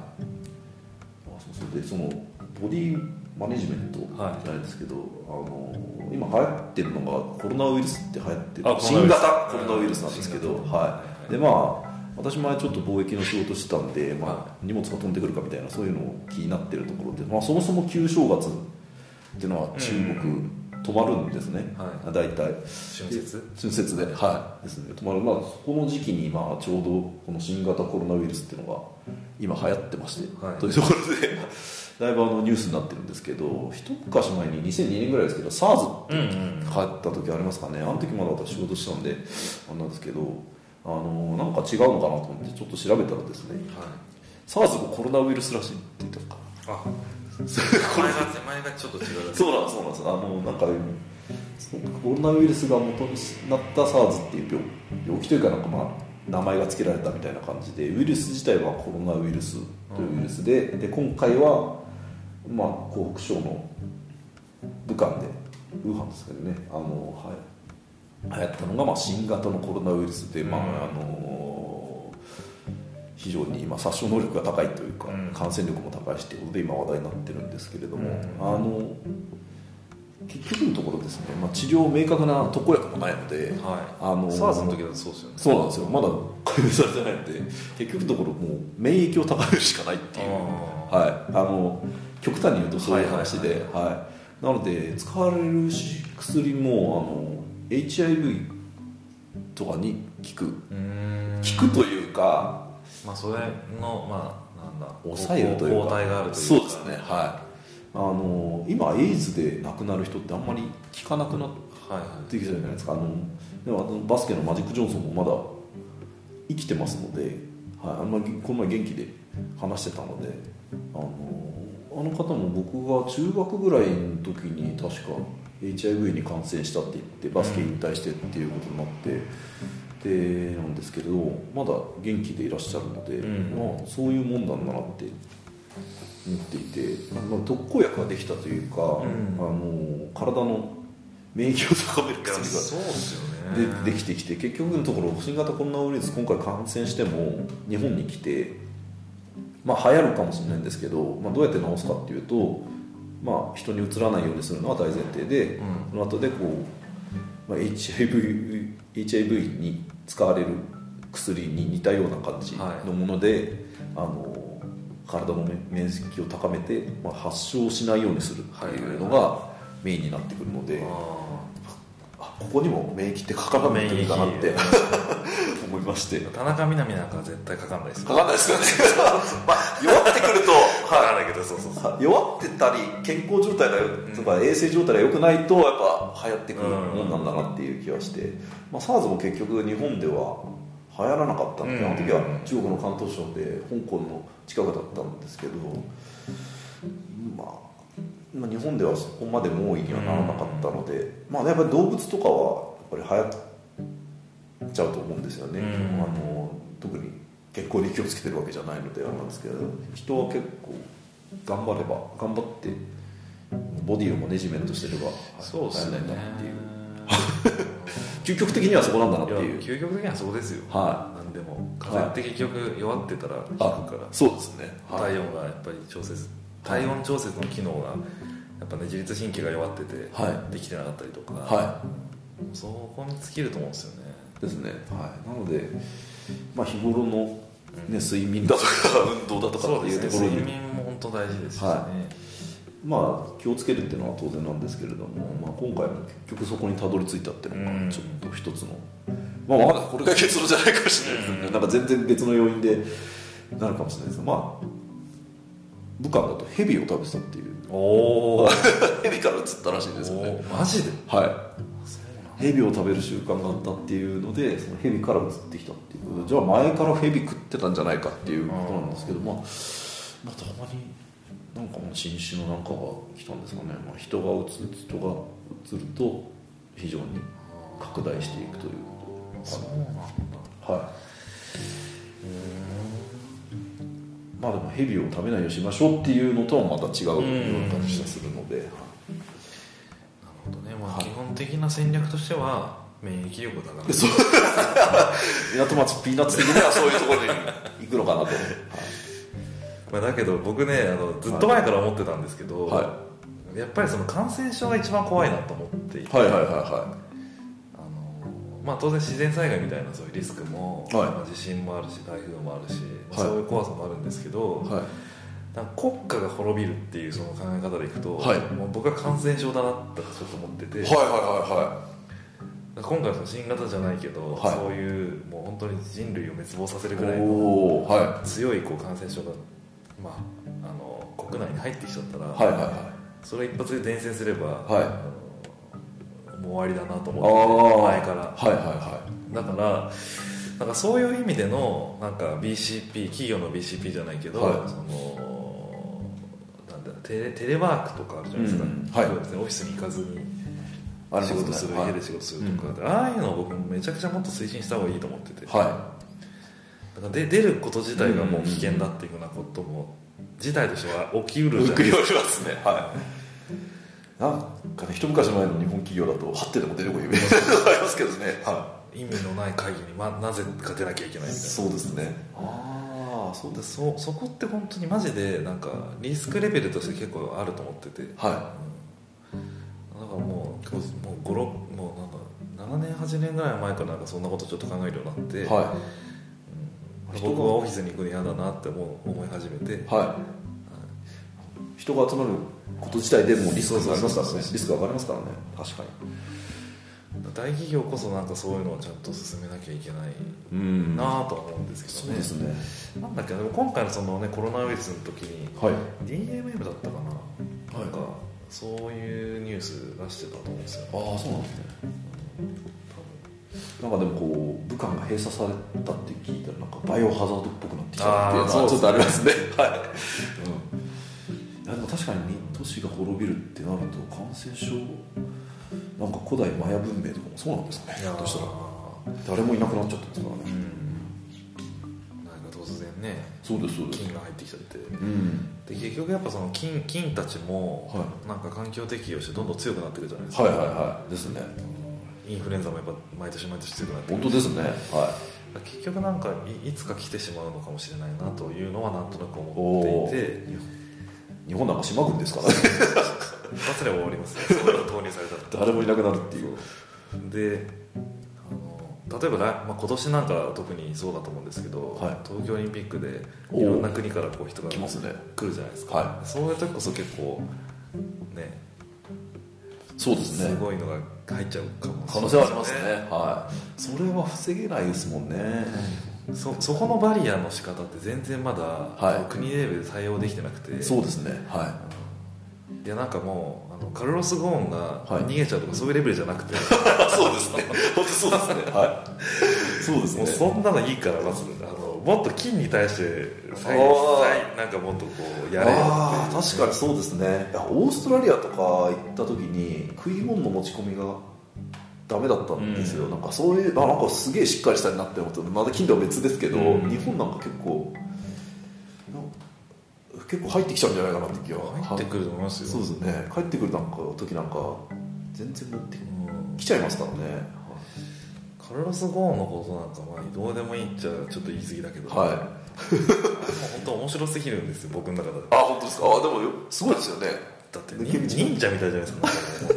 でそのボディマネジメントじゃないですけど、今流行ってるのがコロナウイルスって流行ってる新型コロナウイルスなんですけど、はい。でまあ私前ちょっと貿易の仕事してたんで、荷物が飛んでくるかみたいなそういうの気になってるところで、そもそも旧正月っていうのは中国止まるんですね、大体春節で、ですね、止まる。そこの時期に今ちょうどこの新型コロナウイルスっていうのが今流行ってまして、というところでだいぶニュースになってるんですけど、一昔前に2002年ぐらいですけど SARS って流行った時ありますかね。あの時まだ私仕事したんであれなんですけど、なんか違うのかなと思ってちょっと調べたらですね、SARS もコロナウイルスらしいって言ったのかな。 前がちょっと違う。 そうなんです。なんかコロナウイルスが元になった SARS っていう病気というか、なんか名前が付けられたみたいな感じで、ウイルス自体はコロナウイルスというウイルスで、今回は湖北省の武漢でウーハンですけどね、流行ったのが新型のコロナウイルスで、非常に殺傷能力が高いというか、感染力も高いしということで今話題になってるんですけれども、結局のところですね、治療明確な特効薬もないので、 SARS の時だとそうですよね。 そうなんですよ、まだ解明されてないので、結局のところもう免疫を高めるしかないっていう、極端に言うとそういう話で、なので使われる薬もHIV とかに効くというか、 それのなんだ抑えるというか、 抗体があるというか、 そうですね、今エイズで亡くなる人ってあんまり効かなくなってきたじゃないですか。でもバスケのマジック・ジョンソンもまだ生きてますので、この前元気で話してたので、あの方も僕が中学ぐらいの時に確か HIV に感染したって言ってバスケ引退してっていうことになって、なんですけれど、まだ元気でいらっしゃるので、そういうもんなんだなって思っていて、特効薬ができたというか、体の免疫を高める薬ができてきて、結局のところ新型コロナウイルス今回感染しても日本に来て、流行るかもしれないんですけど、どうやって治すかっていうと、人にうつらないようにするのは大前提で、その後でHIV に使われる薬に似たような感じのもので、体の免疫を高めて、発症しないようにするっていうのがメインになってくるので、ここにも免疫ってかからないといいかなって思いまして。 田中みな実なんかは絶対かかんないですよ。 かかんないですよね弱ってくるとかかんないけど、 弱ってたり健康状態がとか衛生状態が良くないとやっぱ流行ってくるもんなんだなっていう気はして、SARS も結局日本では流行らなかったので、あの時は中国の広東省で香港の近くだったんですけど、日本ではそこまで猛威にはならなかったので、やっぱり動物とかはやっぱり流行っちゃうと思うんですよね。特に健康に気をつけてるわけじゃないのであれなんですけど、人は結構頑張ってボディをマネジメントしてればそうですね、 流行らないんだなっていう究極的にはそこなんだなっていう。 究極的にはそこですよ。なんでも風邪って結局弱ってたら効くから、 そうですね。 体温がやっぱり体温調節の機能がやっぱね、自律神経が弱ってて、できてなかったりとか、そこに尽きると思うんですよね。 ですね。なので、日頃の、睡眠だとか運動だとかっていうところに、 睡眠も本当大事ですしね。 気をつけるっていうのは当然なんですけれども、今回も結局そこにたどり着いたっていうのがちょっと一つの、まだこれが結論じゃないかもしれないですね。なんか全然別の要因でなるかもしれないです。武漢だとヘビを食べてたっていう。ヘビから移ったらしいですよね。 マジで？ ヘビを食べる習慣があったっていうので、そのヘビから移ってきたっていうことで、じゃあ前からヘビ食ってたんじゃないかっていうことなんですけど、たまになんか新種のなんかが来たんですかね。人が移ると非常に拡大していくということで。 そうなんだ。 でもヘビを食べないようにしましょうっていうのとはまた違うような感じがするので、 なるほどね。基本的な戦略としては免疫力だから、 港町ピーナッツ的にはそういうところに行くのかなとだけど僕ね、ずっと前から思ってたんですけど、やっぱりその感染症が一番怖いなと思っていて、当然自然災害みたいなそういうリスクも、地震もあるし台風もあるし、そういう怖さもあるんですけど、国家が滅びるっていうその考え方でいくと、もう僕は感染症だなってちょっと思ってて、今回は新型じゃないけど、そういうもう本当に人類を滅亡させるぐらいの強い感染症が、国内に入ってきちゃったら、それ一発で伝染すれば、もう終わりだなと思ってて、前から。だからなんかそういう意味でのなんか BCP、企業の BCP じゃないけど、テレワークとかあるじゃないですか、そうですね、オフィスに行かずに仕事する、家で仕事するとか、ああいうのを僕めちゃくちゃもっと推進した方がいいと思ってて、だから出ること自体がもう危険だっていうようなことも事態としては起きうるじゃないですか。 なんかね、一昔前の日本企業だとはってでも出てこいイメージありますけどね、 意味のない会議に、なぜか出なきゃいけないみたいな。 そうですね。 そうです。そこって本当にマジでなんかリスクレベルとして結構あると思ってて、だからも 8年ぐらい前からなんかそんなことちょっと考えるようになって、 はい、 僕はオフィスに行くの嫌だなって思い始めて、 はい、人が集まること自体でもリスクがありますからね。リスクが上がりますからね。確かに大企業こそなんかそういうのをちゃんと進めなきゃいけないなとは思うんですけどね。 そうですね。 なんだっけ、でも今回のその、ね、コロナウイルスの時に、はい、DMM だったかな、なんかそういうニュース出してたと思うんですよ、ね。 ああ、そうなんですね。なんかでもこう武漢が閉鎖されたって聞いたらなんかバイオハザードっぽくなってきたっていうのはちょっとありますね。はい、いやでも確かに都市が滅びるってなると感染症なんか古代マヤ文明とかもそうなんですかね。どうしたら誰もいなくなっちゃったんですからね。 なんか突然ね、 そうですそうです、 菌が入ってきちゃって、で結局やっぱその菌たちもなんか環境適応してどんどん強くなってくるじゃないですか。 はいはいはいですね。 インフルエンザもやっぱ毎年毎年強くなってくる。 本当ですね。はい。 結局なんか いつか来てしまうのかもしれないなというのはなんとなく思っていて、 日本なんか島国ですからね。 一発で終わりますね。そういうの投入されたら誰もいなくなるっていう。 で例えば、今年なんか特にそうだと思うんですけど、はい、東京オリンピックでいろんな国からこう人が来ますね、来るじゃないですか、はい、そういう時こそ結構ね、 そうですね、 すごいのが入っちゃうかもしれない、 可能性はありますね、はい、それは防げないですもんね。 そこのバリアの仕方って全然まだ、はい、国レベルで対応できてなくて。 そうですね、はい、 いやなんかもうカルロス・ゴーンが逃げちゃうとかそういうレベルじゃなくて、 そうですね、本当そうですね、はい、そうですね、 もうそんなのいいからまずもっと金に対してなんかもっとこうやれよって。 ああ、確かにそうですね。オーストラリアとか行った時に食い物の持ち込みがダメだったんですよ、なんかそういうなんかすげえしっかりしたになって思って、まだ金とは別ですけど、日本なんか結構入ってきちゃうんじゃないかなって気は。 入ってくると思いますよ。 そうですね、帰ってくる時なんか全然持ってきちゃいますからね。 カルロス・ゴーンのことなんかどうでもいいっちゃちょっと言い過ぎだけど、 はい、 本当面白すぎるんですよ、僕の中で。 あ、本当ですか。あ、でもすごいですよね。 だって忍者みたいじゃないですか。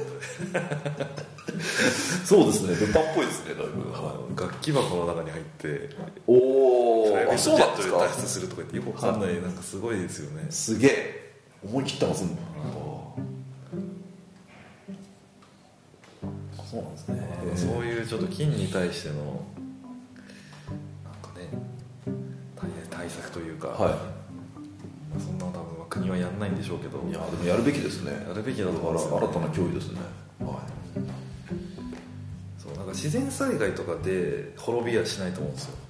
そうですね、ルパンっぽいですね、だいぶ。 楽器箱の中に入っておプライベートジェットで脱出するとか言ってよくわかんない、なんかすごいですよね。 すげえ思い切ってますもん。そうなんですね。 そういうちょっと金に対してのなんかね対策というか、はい、そんなの多分国はやんないんでしょうけど、 いやでもやるべきですね。 やるべきだと思います、ね、 新たな脅威ですね。はい、 そうなんか自然災害とかで滅びはしないと思うんですよ。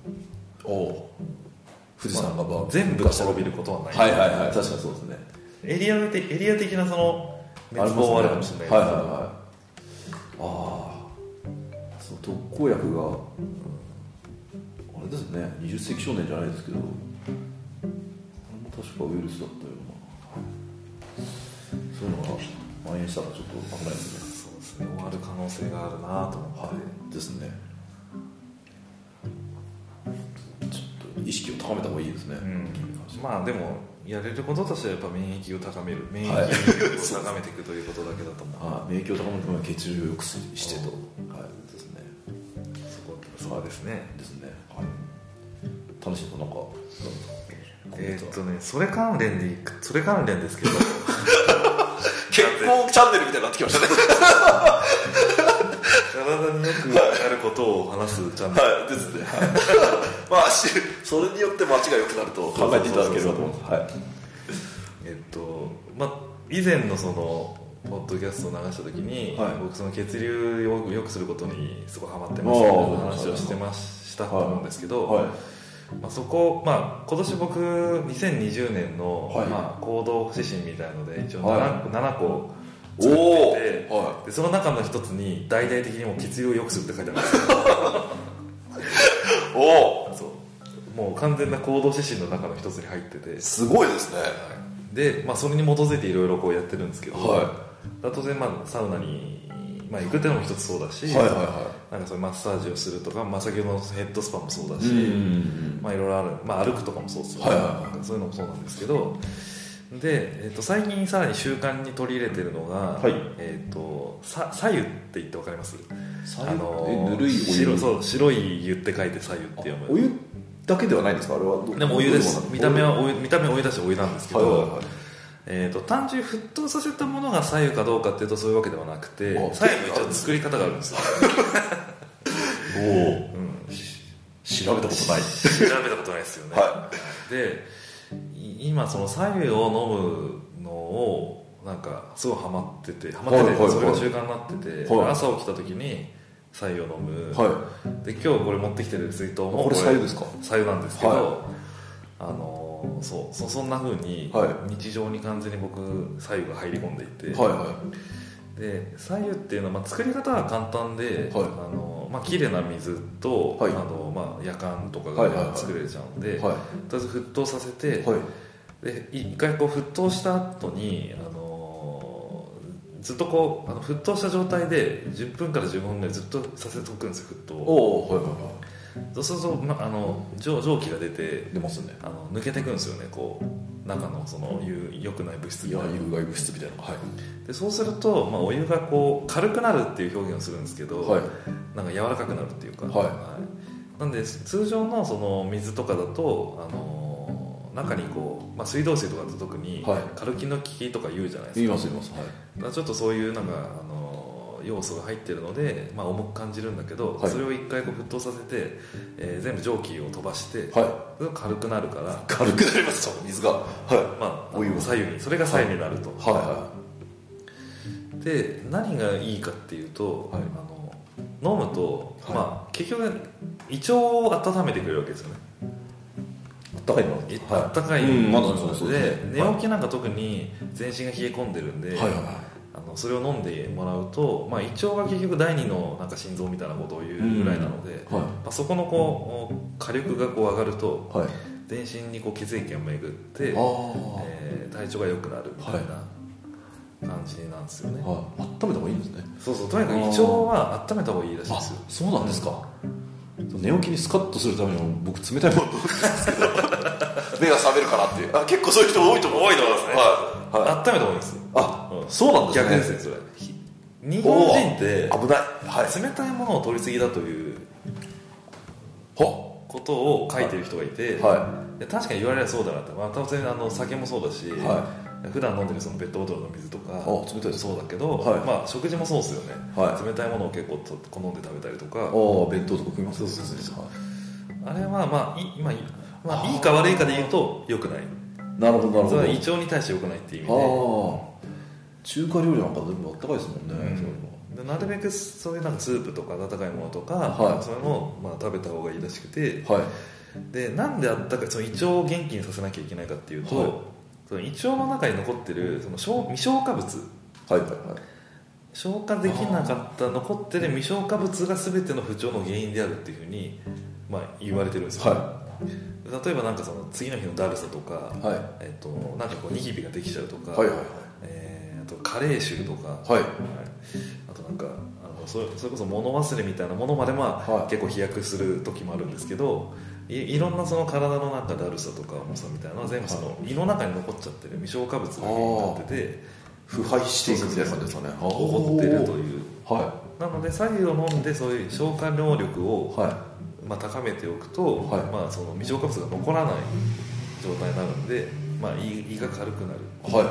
富士山が全部が滅びることはない。 はいはいはい、確かにそうですね。 エリア的なその滅亡はあるかもしれないですけど、 はいはいはい、ああ、その特効薬が、あれですね、20世紀少年じゃないですけど、あれも確かウイルスだったような、そういうのが蔓延したらちょっと危ないですね。 そうですね、終わる可能性があるなと思って、はい、 ですね。ちょっと意識を高めた方がいいですね。 まあでもやれることとしてはやっぱ免疫を高める、免疫を高めていくということだけだと思う。 免疫を高めるために血流を良くしてと、はいですね。 そこですね。 ですね。はい。楽しいことなんか。 それ関連ですけど。 結構チャンネルみたいになってきましたね。 体によくなることを話すチャンネル、 はい、ですね。まあそれによって街が良くなると考えていただければと思います。はい。 まあ以前のそのポッドキャストを流した時に、はい、僕その血流を良くすることにすごいハマってますみたいな話をしたと思うんですけど、はいはい、まあ、そこ、まあ、今年僕2020年の、はい、まあ、行動指針みたいので一応 7個作ってて、はい、でその中の一つに大々的にも血流を良くするって書いてあるんですよ。そうもう完全な行動指針の中の一つに入ってて、 すごいですね。 で、まあ、それに基づいていろいろこうやってるんですけど、はい、当然まあサウナに、まあ、行くっていうのも一つそうだし、はいはいはい、なんかそういうマッサージをするとか、まあ、先ほどのヘッドスパもそうだし、まあ、いろいろある、まあ、歩くとかもそうですよね、はいはいはい、そういうのもそうなんですけど、で、最近さらに習慣に取り入れてるのが、はい、左右って言って分かります？ ぬるいお湯、 白い湯って書いて白湯って読む。 お湯だけではないんですか、あれは。 でもお湯です。見た目お湯だしお湯なんですけど、単純に沸騰させたものが白湯かどうかっていうとそういうわけではなくて、白湯も一応作り方があるんですよ。 調べたことない。 調べたことないですよね。で今その白湯を飲むのをなんかすごいハマってて、それが習慣になってて、朝起きた時に白湯を飲む、で今日これ持ってきてる水筒もこれ白湯ですか。 白湯なんですけど、そんな風に日常に完全に僕白湯が入り込んでいて、で白湯っていうのは、作り方は簡単で、綺麗な水と、やかんとかが作れちゃうんで、とりあえず沸騰させて、で一回こう沸騰した後にずっとこう沸騰した状態で10分から15分ぐらいずっとさせておくんですよ、沸騰を。そうすると、蒸気が出ますね。抜けていくんですよね、こう中のその良くない物質有害物質みたいなのが、 でそうすると、お湯がこう軽くなるっていう表現をするんですけど、なんか柔らかくなるっていうか、なんで通常のその水とかだと中にこう、水道水とかだと特にカルキの効きとか言うじゃないですか。 言います、 だからちょっとそういうなんか要素が入ってるので、重く感じるんだけど、それを一回こう沸騰させて、全部蒸気を飛ばして、軽くなるから。 軽くなりますと、水が、 お湯を左右に、それが左右になると。で何がいいかっていうと、飲むと、結局胃腸を温めてくれるわけですよね。 温かいの、 温かいので、寝起きなんか特に全身が冷え込んでるんで、それを飲んでもらうと、胃腸が結局第二のなんか心臓みたいなことを言うぐらいなので、そこのこう火力がこう上がると、全身にこう血液が巡って、体調が良くなるみたいな感じなんですよね。 温めた方がいいんですね。 とにかく胃腸は温めた方がいいらしいですよ。 そうなんですか。寝起きにスカッとするために僕冷たいもの飲んでるんですけど目が覚めるかなっていう。結構そういう人多いと思いますね。 温めた方がいいんですよ。 そうなんですね。 逆ですね、それ。日本人って危ない、 冷たいものを取りすぎだということを書いてる人がいて、確かに言われればそうだなって、当然酒もそうだし、普段飲んでるそのペットボトルの水とか冷たいそうだけど、食事もそうですよね、冷たいものを結構好んで食べたりとか、 弁当とか食います。 あれは今いいか悪いかで言うと良くない。 なるほど。 それは胃腸に対して良くないっていう意味で、 中華料理なんか全部あったかいですもんね。 でなるべくそういうなんかスープとか温かいものとか、そういうのを食べた方がいいらしくて、でなんであったかその胃腸を元気にさせなきゃいけないかっていうと、その胃腸の中に残ってるその未消化物、消化できなかった残ってる未消化物が全ての不調の原因であるっていうふうに、言われてるんですよ、例えばなんかその次の日のだるさとか、なんかこうニキビができちゃうとか、あと加齢臭とか、あとなんかそれこそ物忘れみたいなものまで結構飛躍する時もあるんですけど、いろんなその体の中だるさとか重さみたいなのは全部その胃の中に残っちゃってる未消化物が原因になってて腐敗していくみたいな感じですかね。 起こってるという、なので白湯を飲んでそういう消化能力を、高めておくと、その未消化物が残らない状態になるんで、胃が軽くなる、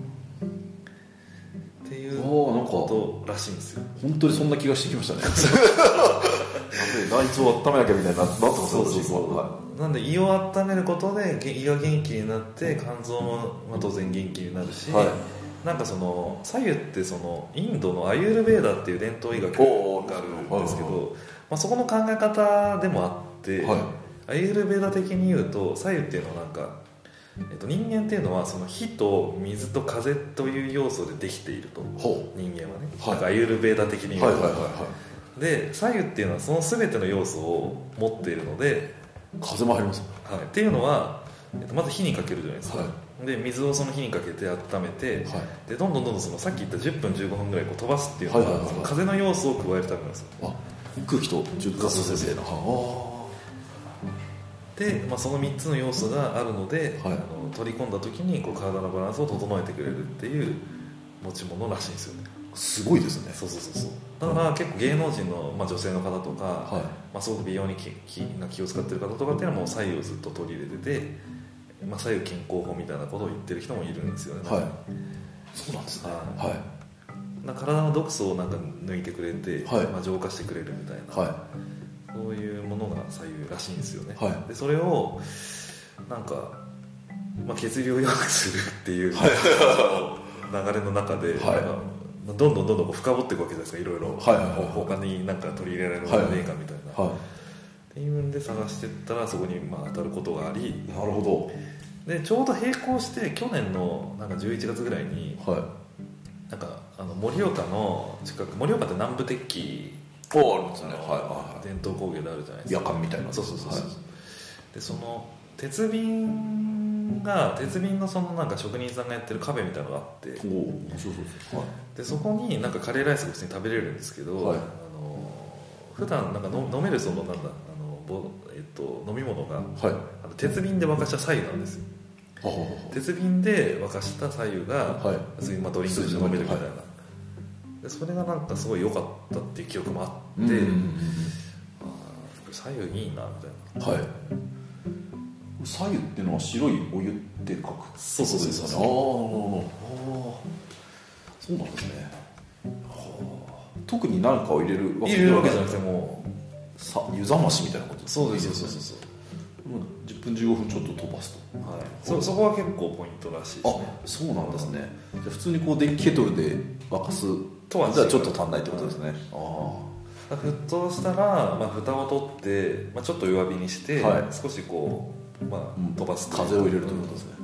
っていうことらしいんですよ。 本当にそんな気がしてきましたね内臓を温めなきゃみたいになってます。 なんで胃を温めることで胃が元気になって肝臓も当然元気になるし、なんかその白湯ってそのインドのアユールベーダっていう伝統医学があるんですけど、そこの考え方でもあって、アユールベーダ的に言うと白湯っていうのはなんか、人間っていうのはその火と水と風という要素でできていると、人間はね、なんかアユールベーダ的に言うと、で白湯っていうのはその全ての要素を持っているので、 風も入ります、 っていうのは、まず火にかけるじゃないですか、で水をその火にかけて温めて、でどんどんそのさっき言った10分15分ぐらいこう飛ばすっていうのは、その風の要素を加えるためなんですよ。 空気とガス先生ので、その3つの要素があるので、取り込んだ時にこう体のバランスを整えてくれるっていう持ち物らしいんですよね。 すごいですね。 そうだから結構芸能人の、女性の方とか、すごく美容に気を使ってる方とかっていうのはもう白湯をずっと取り入れてて、白湯健康法みたいなことを言ってる人もいるんですよね。 そうなんですね。 体の毒素をなんか抜いてくれて、浄化してくれるみたいな、そういうものが白湯らしいんですよね。でそれをなんか、血流を良くするっていう流れの中で、どんどん深掘っていくわけじゃないですか。いろいろ他になんか取り入れられるものねえかみたいな、っていうんで探していったらそこに当たることがあり、 なるほど。でちょうど並行して去年のなんか11月ぐらいに、なんか盛岡の近く、盛岡って南部鉄器あるんですね。 伝統工芸であるじゃないですか。 夜間みたいな。 そうでその鉄瓶のそのなんか職人さんがやってるカフェみたいなのがあって、でそこになんかカレーライスが普通に食べれるんですけど、普段なんか飲めるそのなんだ飲み物が、鉄瓶で沸かした白湯なんですよ。鉄瓶で沸かした白湯が、ドリンクとして飲めるみたいな、でそれがなんかすごい良かったっていう記憶もあって、白湯いいなみたいな。 白湯っていうのは白いお湯って書く。 そうそうなんですね。特に何かを入れるわけじゃなくて、もう湯冷ましみたいなことですね。 そう 10分15分ちょっと飛ばすと、そこは結構ポイントらしいですね。 そうなんですね。じゃあ普通にこう電気ケトルで沸かすとはちょっと足んないってことですね。 沸騰したら、蓋を取って、ちょっと弱火にして、少しこう飛ばす、 風を入れるということですね。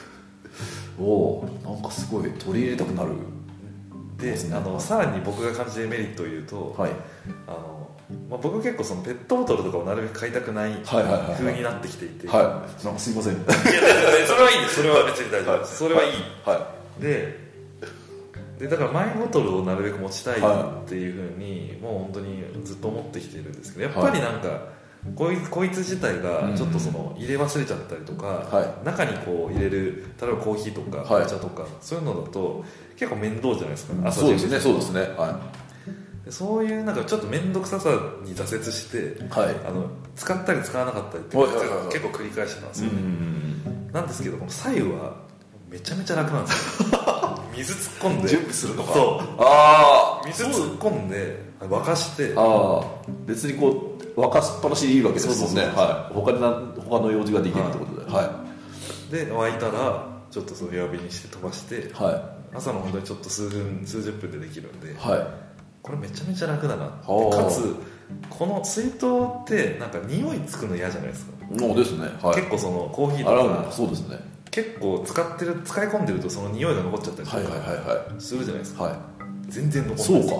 なんかすごい取り入れたくなる。 でさらに僕が感じるメリットを言うと、僕結構そのペットボトルとかをなるべく買いたくない風になってきていて、 なんかすいません。 それはいいです。それは別に大丈夫です。それはいい。でだからマイボトルをなるべく持ちたいっていうふうにもう本当にずっと思ってきてるんですけど、やっぱりなんかこいつ自体がちょっとその入れ忘れちゃったりとか、中にこう入れる例えばコーヒーとかお茶とか、そういうのだと結構面倒じゃないですか。 そうですね。 そういうなんかちょっと面倒くささに挫折して、使ったり使わなかったりって結構繰り返してたんですよね。なんですけどこの白湯はめちゃめちゃ楽なんですよ。水突っ込んで準備するのか。 水突っ込んで沸かして、 別にこう沸かしっぱなしでいいわけですもんね。他の用事ができるってことで、 で沸いたらちょっとその弱火にして飛ばして、朝の本当にちょっと数十分でできるんで、これめちゃめちゃ楽だなって。かつこの水筒ってなんか匂いつくの嫌じゃないですか。 そうですね。 結構そのコーヒーとかそうですね。 結構使い込んでるとその匂いが残っちゃったりとかするじゃないですか。全然残ってない。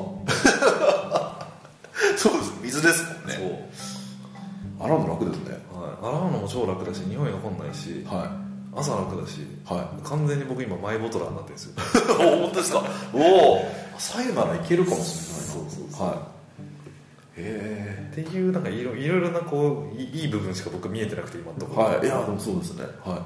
そうです。水ですもんね。洗うの楽ですね。 洗うのも超楽だし、匂い残んないし、朝楽だし、完全に僕今マイボトラーになってるんですよ。 本当ですか。白湯ならいけるかもしれない。 っていうなんかいろいろなこういい部分しか僕見えてなくて今のところ。 いやでもそうですね。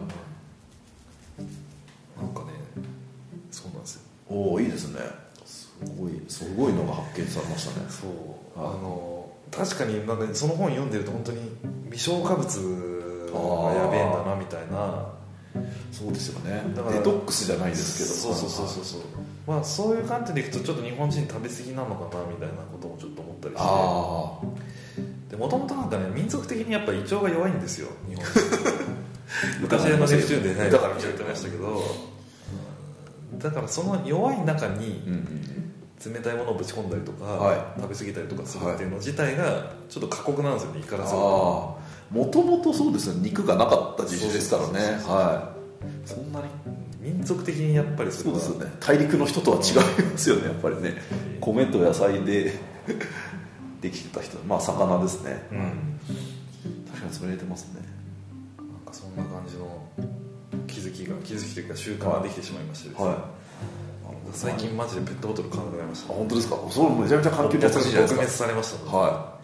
なんかね、そうなんですよ。 いいですね。すごいのが発見されましたね。 確かになんかその本読んでると本当に微消化物がやべえんだなみたいな。 そうですよね。デトックスじゃないですけど。 そういう観点でいくとちょっと日本人食べ過ぎなのかなみたいなこともちょっと思ったりして。もともとなんかね、民族的にやっぱ胃腸が弱いんですよ、日本人。昔のレクチュールでだから言ってましたけど、だからその弱い中に冷たいものをぶち込んだりとか、食べ過ぎたりとかするっていうの自体がちょっと過酷なんですよね、胃からすると。 もともとそうですね、肉がなかった時代ですからね。そんなに民族的にやっぱりそうですよね。大陸の人とは違いますよね、やっぱりね。米と野菜でできてた人、魚ですね。確かにそれ入れてますね。 なんかそんな感じの気づきというか習慣ができてしまいましてですね。最近マジでペットボトル買わなくなりました。 本当ですか。それめちゃめちゃ環境に優しいじゃないですか。 撲滅されました。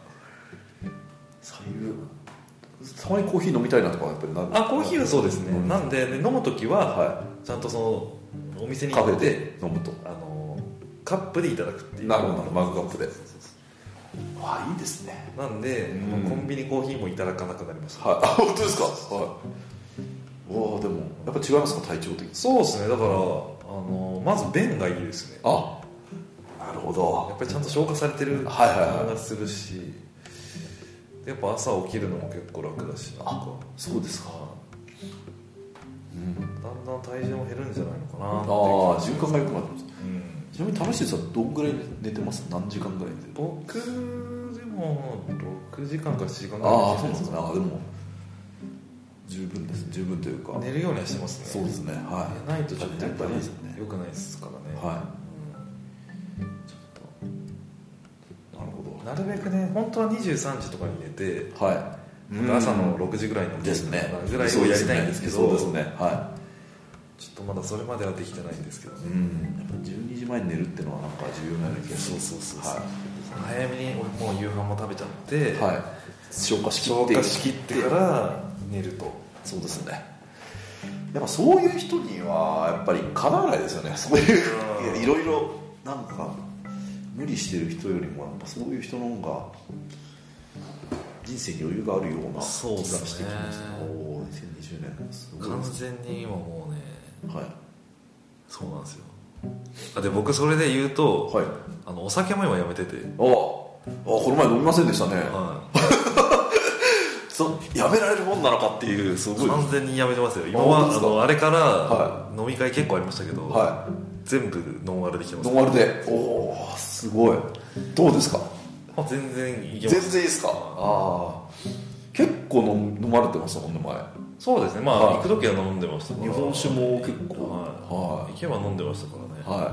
白湯たまにコーヒー飲みたいなとかやっぱりなる。 コーヒーはそうですね。なんで飲むときはちゃんとそのお店にカフェで飲むと。 カップでいただくっていう。 なるほど、マグカップで。ああ、いいですね。 なんで、コンビニコーヒーもいただかなくなりました。 はい、あ、本当ですか。はい。わあ、でもやっぱ違いますか、体調的に。 そうですね、だからまず便がいいですね。 あ、なるほど。 やっぱりちゃんと消化されてるはいはいはい感がするし、やっぱ朝起きるのも結構楽だし、なんか。 そうですか。 だんだん体重も減るんじゃないのかなって。 ああ、循環が良くなってます。ちなみに楽しいですはどんぐらい寝てます？何時間ぐらいで？ 僕でも6時間か7時間ぐらい。 ああ、そうですね。ああ、でも十分です。十分というか寝るようにはしてますね。 そうですね。はい。 寝ないとちょっとやっぱりいいですね。 良くないですからね。 はい。ちょっとなるほど。 なるべくね、本当は23時とかに寝て、 はい。 朝の6時ぐらいに起きるですね。 ぐらいをやりたいんですけど、 そうですね。はい。 ちょっとまだそれまではできてないんですけどね。 やっぱ12時前に寝るっていうのはなんか重要なような気がします。 そう、 はい、 早めにもう夕飯も食べちゃって、 はい、消化しきってから寝ると。 そうですね。やっぱそういう人にはやっぱりかなわないですよね。そういういろいろなんか無理してる人よりもやっぱそういう人の方が人生に余裕があるような気がしてきましたね。おー、2020年すごい完全に今もうね、 はい、 そうなんですよ。で僕それで言うと、 はい、 お酒も今やめてて、 この前飲みませんでしたね。 はいやめられるもんなのかっていう。すごい完全にやめてますよ今は。あれから飲み会結構ありましたけど、 はい、 全部ノンアルできてます。 ノンアルで。おー、すごい。どうですか？ 全然いけます。 全然いいですか？ああ、結構飲まれてましたもんね、前。 そうですね、まあ、 はい、 行く時は飲んでましたから。 日本酒も結構、 はい、行けば飲んでましたからね。 はい。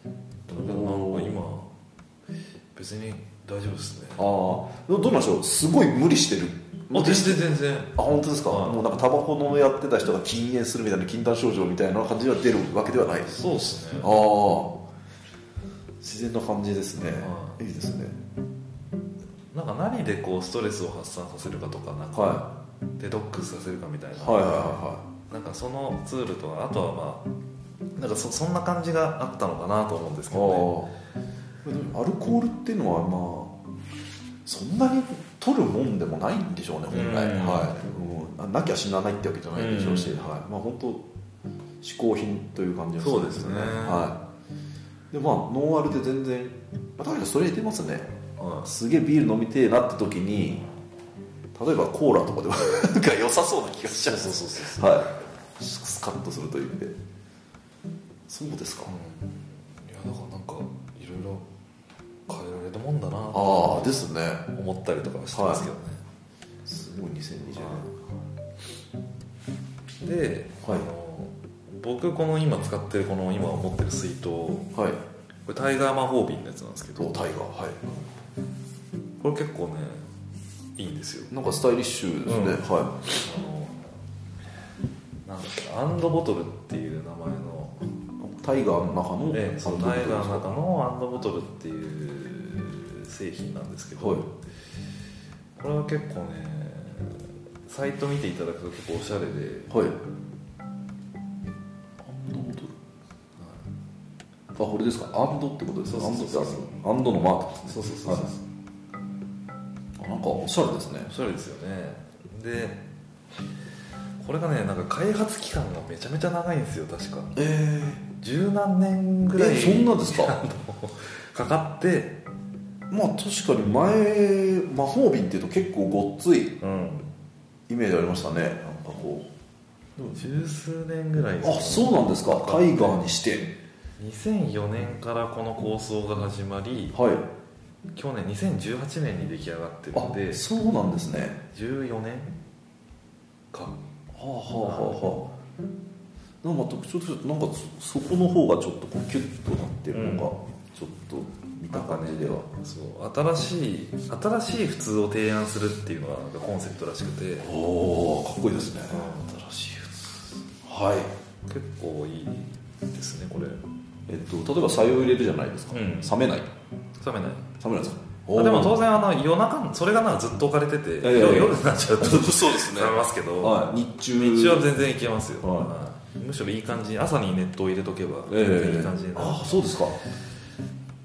なんか今別に大丈夫ですね。 ああ、どうなんでしょう、すごい無理してる？ 全然。 あ、本当ですか？もうなんかタバコのやってた人が禁煙するみたいな禁断症状みたいな感じは出るわけではないです。 そうですね。 ああ、自然な感じですね。いいですね。 なんか何でこうストレスを発散させるかとか、なんかデトックスさせるかみたいな、なんかそのツールとか、あとはまあなんかそんな感じがあったのかなと思うんですけどね。 アルコールっていうのはまあそんなに取るもんでもないんでしょうね、本来。はい、なきゃ死なないってわけじゃないでしょうし、はい、まあ本当嗜好品という感じがするんですね。はい。でまあノンアルで全然、確かにそれ出ますね。すげえビール飲みてえなって時に、例えばコーラとかでもなんか良さそうな気がしちゃう。そう、はい、スカッとするという意味で。そうですか。 いや、だからなんかいろいろ変えられるもんだなああですね、 思ったりとかしてますけどね。 すごい2020 年で、僕この今使ってるこの今持ってる水筒、これタイガー魔法瓶のやつなんですけど、 タイガー、はい、 これ結構ねいいんですよ。 なんかスタイリッシュですね。はい。 なんだっけ、アンドボトルっていう名前のタイガーの中の、 そのタイガーの中のアンドボトルっていう製品なんですけど、これは結構ね、サイト見ていただくと結構おしゃれで、 はい、アンドボトル、あ、これですか？アンドってことですか？アンドのマークですね。そう、なんかおしゃれですね。 おしゃれですよね。でこれがね、なんか開発期間がめちゃめちゃ長いんですよ、確か。十何年ぐらい。 そんなですか？ かかって。 まあ確かに魔法瓶っていうと結構ごっついイメージありましたね。なんかこう十数年ぐらい。 あ、そうなんですか。タイガーにして 2004年からこの構想が始まり、 はい、 去年2018年に出来上がってるんで。 そうなんですね。 14年か。 なんか特徴としてなんかそこの方がちょっとこうキュッとなってるのがちょっと見た感じでは、 そう新しい普通を提案するっていうのがコンセプトらしくて。 おお、かっこいいですね。新しい普通、はい、 結構いいですねこれ。 例えば白湯入れるじゃないですか、冷めないですか？ でも当然夜中それがなんかずっと置かれてて、夜になっちゃうとそうですね、 冷めますけど、 日中は全然いけますよ。むしろいい感じに朝に熱湯を入れとけば全然いい感じになる。 そうですか。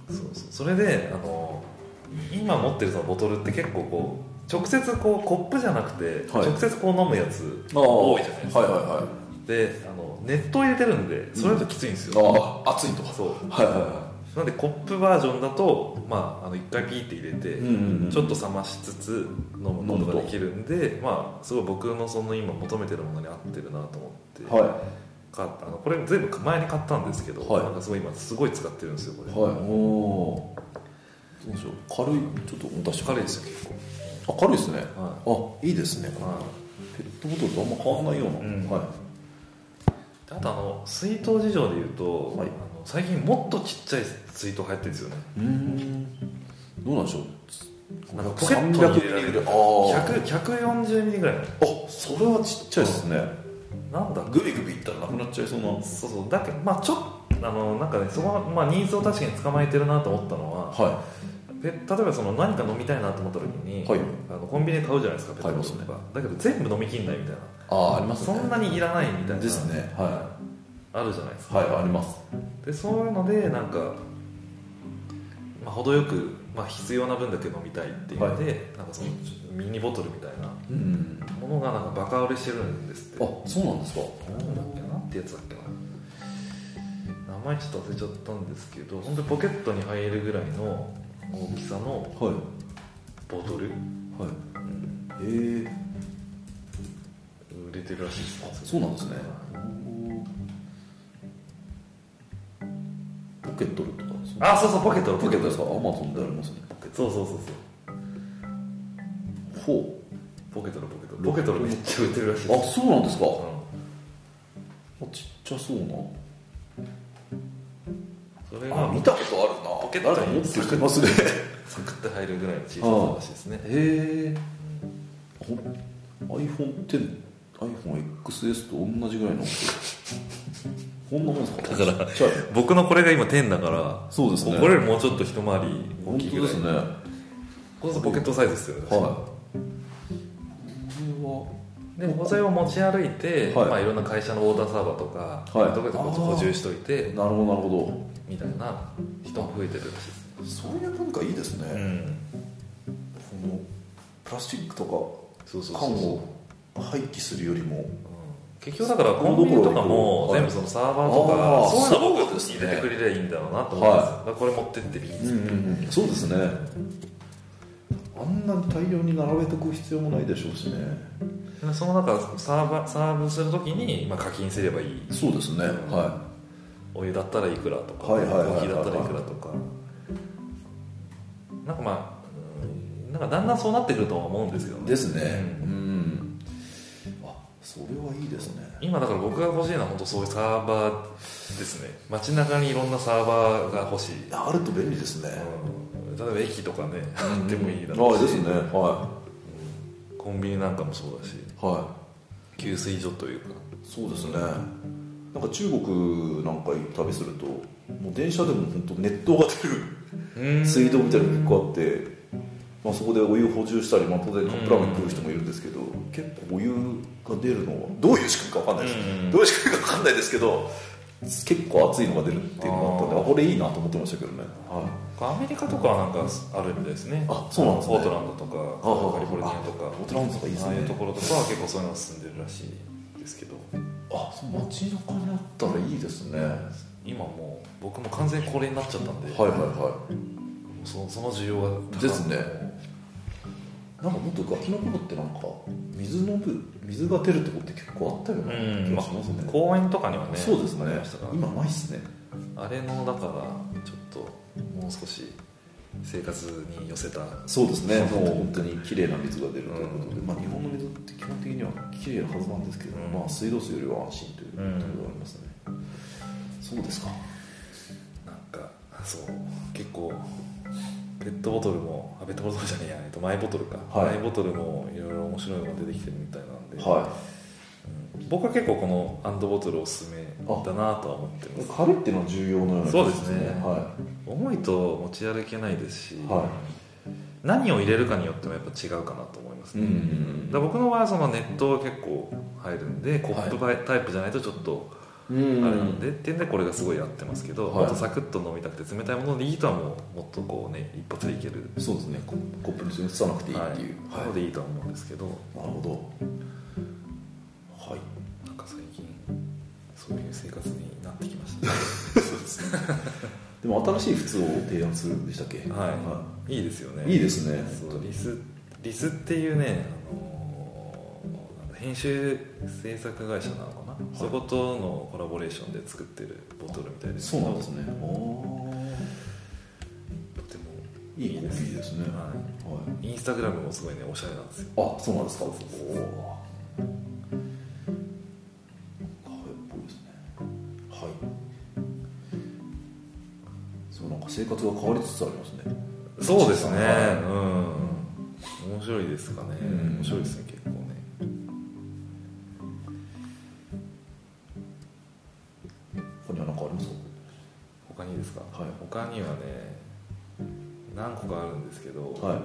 それで今持ってるそのボトルって結構こう直接こうコップじゃなくて、直接こう飲むやつ多いじゃないですか。で熱湯入れてるんでそれだときついんですよ。 熱いとか。 そうなんでコップバージョンだと一回ピーって入れて、ちょっと冷ましつつ飲むことができるんで、すごい僕のその今求めてるものに合ってるなと思って、これ全部前に買ったんですけど、なんかすごい今すごい使ってるんですよこれ。 どうしよう、軽い、ちょっと出して軽いですよ結構。 軽いですね。いいですね。ペットボトルとあんま変わらないような。 あと水筒事情でいうと、最近もっとちっちゃい水筒入ってるんですよね。 どうなんでしょう。 なんかポケットに入れられる140ミリぐらいの。 それはちっちゃいですね。 なんだグビグビいったらなくなっちゃいそうな。 そうだけどちょっとなんかね、そこはニーズを確かに捕まえてるなと思ったのは、例えば何か飲みたいなと思った時に、コンビニで買うじゃないですか、ペットボトルとか。だけど全部飲みきんないみたいな。 ありますね。 そんなにいらないみたいなですね。 あるじゃないですか。 あります。 でそういうのでなんか、程よく、必要な分だけ飲みたいっていうので、なんかそのミニボトルみたいなものがなんかバカ売れしてるんですって。 そうなんですか。 なんてやつだっけな、名前ちょっと忘れちゃったんですけど、本当にポケットに入るぐらいの大きさのボトル、売れてるらしいですね。 そうなんですね。ポケットルとか。 そうポケットルですか。アマゾンでありますね。 そうポケットルめっちゃ売ってるらしいです。 そうなんですか。ちっちゃそうな。 それが見たことあるな。 ポケットに持ってる人いますね。 サクッて入るぐらいの小ささらしいですね。 iPhone XS と同じぐらいの。こんなもんですか。 だから僕のこれが今10だから、 そうですね。 これよりもうちょっと一回り大きいぐらい。 本当ですね。 これポケットサイズですよね。でこれを持ち歩いて、いろんな会社のオーダーサーバーとか、どこで補充しといて、 なるほどみたいな人も増えてるらしいです。 そういう文化いいですね。そのプラスチックとか缶を廃棄するよりも、 結局だからコンビニとかも全部そのサーバーとかそういうのを僕入れてくれりゃいいんだろうなと思うんです。これ持ってっていいですよ。 そうですね。あんなに大量に並べておく必要もないでしょうしね。 その中サーブするときに課金すればいい。 そうですね。 お湯だったらいくらとか、コーヒーだったらいくらとか、なんかだんだんそうなってくるとは思うんですよね。 ですね。それはいいですね。 今だから僕が欲しいのは本当そういうサーバーですね。街中にいろんなサーバーが欲しい。 あると便利ですね。 例えば駅とかね、あってもいいだろうし。 ですね。 コンビニなんかもそうだし、給水所というか。 そうですね。なんか中国なんか旅すると、もう電車でも本当熱湯が出る水道みたいなのが結構あって、そこでお湯補充したり、当然カップラーメン食う人もいるんですけど、結構お湯が出るのはどういう仕組みか分かんないです。どういう仕組みか分かんないですけど、結構熱いのが出るっていうのがあったんで、これいいなと思ってましたけどね。 アメリカとかはなんかあるみたいですね。 そうなんですね。 ポートランドとかカリフォルニアとか、 ポートランドとかいいですね。 ああいうところとかは結構そういうのが進んでるらしいですけど。 街中にあったらいいですね。 今もう僕も完全にこれになっちゃったんで、その需要が高いですね。なんかもっとガキの頃ってなんか水が出るとこって結構あったよね。気がしますね。 公園とかにはね。 そうですね。今ないっすね。 あれのだからちょっともう少し生活に寄せた。 そうですね。もう本当に綺麗な水が出るということで、日本の水って基本的には綺麗なはずなんですけど、水道水よりは安心というところがありますね。そうですか。 なんか結構ペットボトルもペットボトルじゃねえや、マイボトルか、マイボトルもいろいろ面白いのが出てきてるみたいなんで、僕は結構このアンドボトルおすすめだなとは思ってます。 軽いっていうのは重要なような。 そうですね。重いと持ち歩けないですし、何を入れるかによってもやっぱ違うかなと思いますね。僕の場合はその熱湯が結構入るんで、コップタイプじゃないとちょっとあれなんでっていうんでこれがすごい合ってますけど、 はい、 もっとサクッと飲みたくて冷たいものでいいとはもっとこうね一発でいける。 そうですね、コップに移さなくていいっていう、 はい、でいいとは思うんですけど。 なるほど。はい、 なんか最近そういう生活になってきましたねそうですねでも新しい普通を提案するんでしたっけ。 はい、はい、いいですよね。 いいですね。 そうリスっていうね、編集制作会社なのかな、はい、そことのコラボレーションで作ってるボトルみたいです。 そうなんですね。とてもいいコーヒーですね。 はい、インスタグラムもすごいねおしゃれなんですよ。 あ、そうなんですか。おお、カフェっぽいですね。はい。そう、なんか生活が変わりつつありますね。 そうですね、うん、面白いですかね、面白いですね、結構ね。 他には何かありますか。 他にですか。 はい、 他にはね何個かあるんですけど、 はい、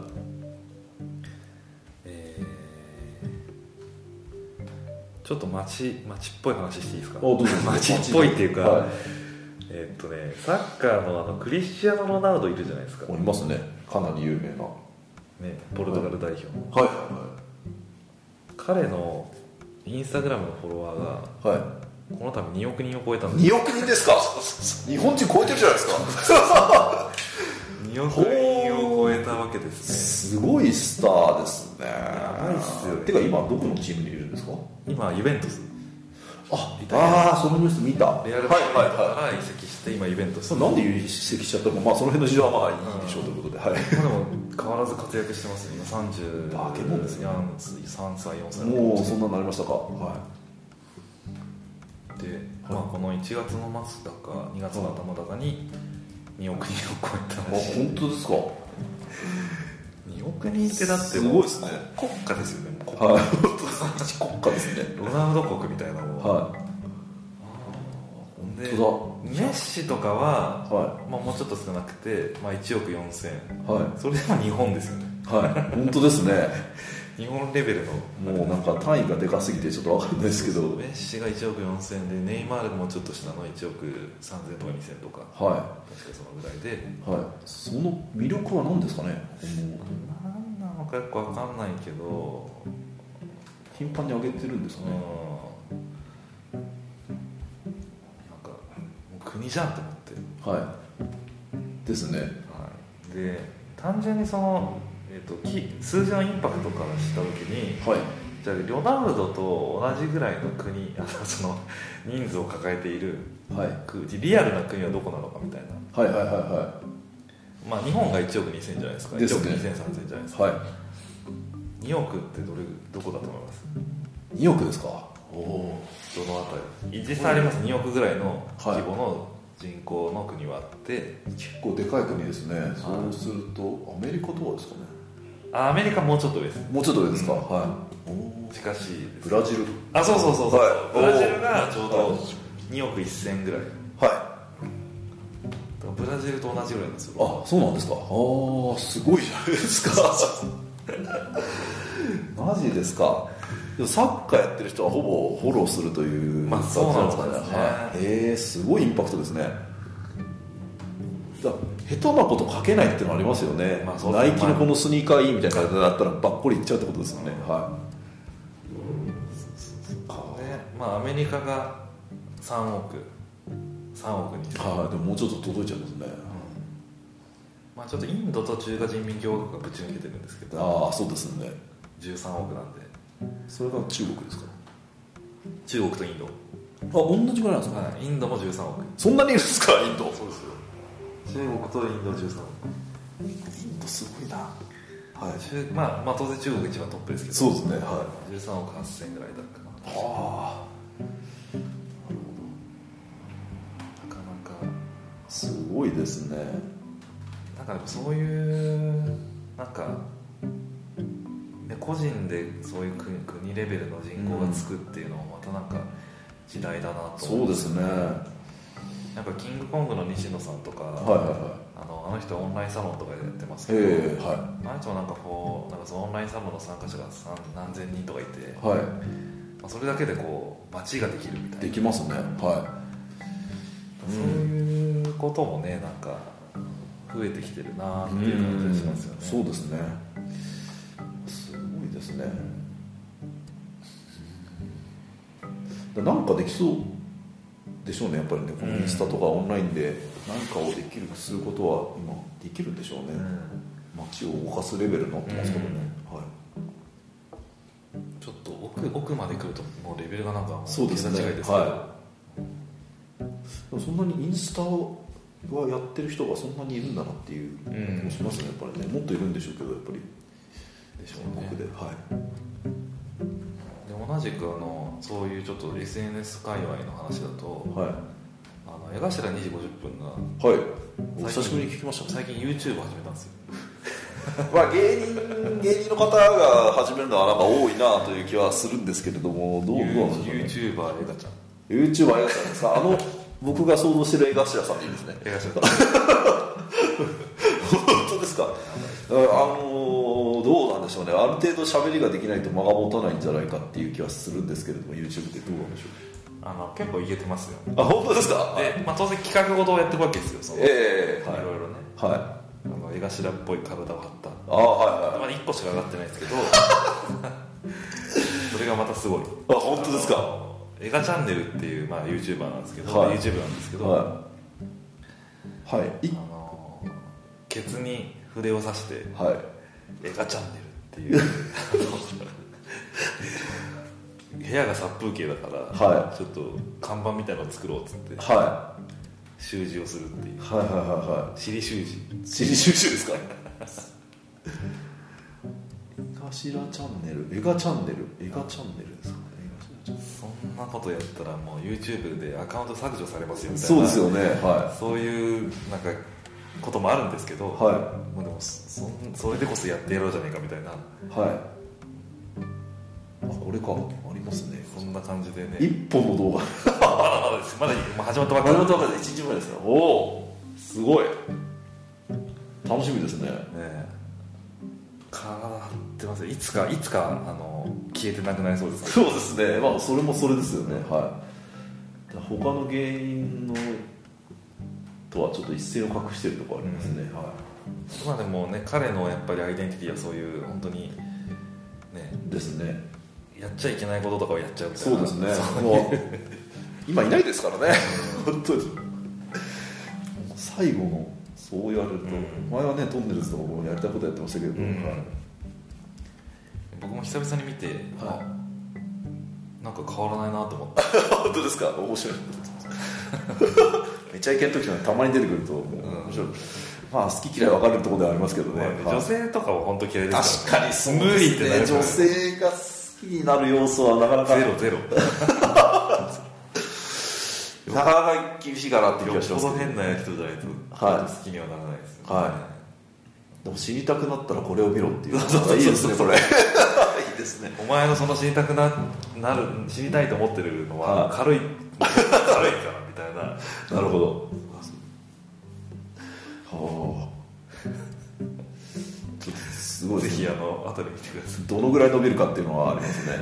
ちょっと街っぽい話していいですか。 どうぞ。 街っぽいっていうか、 はい、 サッカーのクリスチアーノ・ロナウドいるじゃないですか。 いますね、かなり有名な、 ね、ポルトガル代表の、 はいはい、 彼のインスタグラムのフォロワーが、はい、この度2億人を超えたんです。 2億人ですか。日本人超えてるじゃないですか 2億人を超えたわけですね。すごいスターですね。 やばいっすよね。 てか今どこのチームにいるんですか。 今ユベントス。 あ、そのニュース見た。 レアルマドリードから移籍して今ユベントス。 なんで移籍しちゃったのか、まあその辺の事情はまあいいでしょうということで、はい、 でも変わらず活躍してますね。今30 バケモンですね。 3歳4歳もうそんなになりましたか。はい。 で、まあこの1月の末だか2月の頭だかに2億人を超えたらしい。 本当ですか。 2億人ってだってすごいですね。 国家ですよね。 はい、本当ですね。国家ですね。 ロナウド国みたいなもん。 はい。 でメッシとかは、はい、まあ、もうちょっと少なくて、まあ、1億4000、はい、それでも日本ですよね。 はい、本当ですね。 日本レベルのもうなんか単位がでかすぎてちょっと分かんないですけど、 メッシが1億4000でネイマールもちょっと下の1億3000とか2000とか、 はい、 確かそのぐらいで、 はい、その魅力は何ですかね。 何なのかよく分かんないけど頻繁に上げてるんですかね。 国じゃんって思って、 はい、ですね、はい、 で単純にその、数字のインパクトからした時に、はい、じゃあロナウドと同じぐらいの国、その人数を抱えている、はい、リアルな国はどこなのかみたいな。 はいはいはいはい。 まあ日本が1億2000じゃないですか。1億2000、3000じゃないですか。はい、2億ってどこだと思います？ 2 億ですか。 おお、どのあたり？実際あります。2億ぐらいの規模の人口の国はあって、 結構でかい国ですね。そうするとアメリカとかですかね。 アメリカもうちょっと上です。 もうちょっと上ですか。はい。 近しいです。 ブラジル。 あ、そう、はい、ブラジルがちょうど2億1000ぐらい。はい。ブラジルと同じぐらいなんですよ。 あ、そうなんですか。ああ、すごいじゃないですか。マジですか。サッカーやってる人はほぼフォローするという、 まあそうなんですかね。 はい、すごいインパクトですね。下手なこと書けないっていうのはありますよね。まあ、ナイキのこのスニーカーいいみたいな感じだったらばっこりいっちゃうってことですよね。はい。 まあアメリカが3億に。 はい、でももうちょっと届いちゃうんですね。 まあちょっとインドと中華人民共和国がぶち抜けてるんですけど。 ああ、そうですね。 13億なんで。 それが中国ですか。 中国とインド。 同じぐらいなんですか。 インドも13億。 そんなにいるんですか、インド。 そうですよ。中国とインド13億。 インドすごいな。はい。 まあ当然中国一番トップですけど。 そうですね。はい。 13億8000ぐらいだったかな。 はあ。 なかなかすごいですね。 なんかそういうなんか。個人でそういう国レベルの人口がつくっていうのもまたなんか時代だなと思そうですね。 なんかキングコングの西野さんとか、 はいはいはい、 あの人はオンラインサロンとかでやってますけど、はい、あの人もなんかそのオンラインサロンの参加者が何千人とかいて、はい、 それだけでこう街ができるみたいな、 できますね。はい、そういうこともねなんか増えてきてるなっていう感じがしますよね。 そうですね、すごいですね。なんかできそうでしょうね、やっぱりね。このインスタとかオンラインで何かをできるすることは今できるんでしょうね。街を動かすレベルになってますけどね。はい、 ちょっと奥まで来るともうレベルがなんかそうですね。 桁違いですけど、 はい、そんなにインスタはやってる人がそんなにいるんだなっていう気もしますね、やっぱりね。もっといるんでしょうけど、やっぱりでしょうね。 で、はい、 で同じくそういうちょっと SNS 界隈の話だと、 はい、 江頭2時50分が、 はい、お久しぶりに聞きましたね。 最近 YouTube を始めたんですよ。 まあ芸人の方が始めるのはなんか多いなという気はするんですけれども、どうなんでしょうね。 YouTuber 江頭 YouTuber 江頭ですか。僕が想像してる江頭さんでいいですね。 江頭さん本当ですか。どうなんでしょうね。ある程度喋りができないと間が持たないんじゃないかっていう気はするんですけれども、 YouTube ってどうなんでしょう。 結構いけてますよ。 あ、本当ですか。 で、当然企画ごとをやっていくわけですよ。いろいろね。 はい。 江頭っぽい体を張った。 はいはい。 1個しか上がってないですけどそれがまたすごい。 あ、本当ですか。 江頭チャンネルっていう、YouTuber なんですけど、 はい、 YouTube なんですけど、 はいはい、 ケツに筆を刺して、 はい、 江頭チャンネルっていう部屋が殺風景だから、はい、ちょっと看板みたいなのを作ろうっつって、 はい、 習字をするっていう、 はいはいはいはい、 尻習字ですか。江頭チャンネル、江頭チャンネルですかね。 そんなことやったらもう YouTube でアカウント削除されますよみたいな。 そうですよね。はい。 そういうなんかこともあるんですけど、 はい。 もうでもそれでこそやってやろうじゃねえかみたいな。 はい。あ、これか。ありますね。 そんな感じでね。 一本の動画。 まだです。まだ始まったばっかり。 始まったばっかりで1日前ですね。おお、すごい。楽しみですね。 変わってます。いつか消えてなくなりそうです。 そうですね。まあそれもそれですよね。はい。他の芸人のとはちょっと一線を画しているところありますね。はい。 でもね、彼のやっぱりアイデンティティはそういう本当にねですね。 やっちゃいけないこととかをやっちゃうみたいな。 そうですね。今いないですからね。本当に。最後のそう言われると、前はねトンネルズとかもやりたいことやってましたけど、 僕も久々に見て、なんか変わらないなと思って。 本当ですか。面白い。めちゃイケの時はたまに出てくると面白い。まあ好き嫌い分かれるところではありますけどね。 女性とかは本当嫌いですからね。確かに無理ってね。女性が好きになる要素はなかなかゼロなかなか厳しいかなっていう気がします。 よっぽど変な人じゃないと好きにはならないですよね。 はい。でも知りたくなったらこれを見ろっていうのがいいですね。これいいですね。 お前のその知りたくなる知りたいと思ってるのは軽いからみたいな。 なるほど。はあ。ちょっとすごい。 ぜひ後で見てください。 どのぐらい伸びるかっていうのはありますね。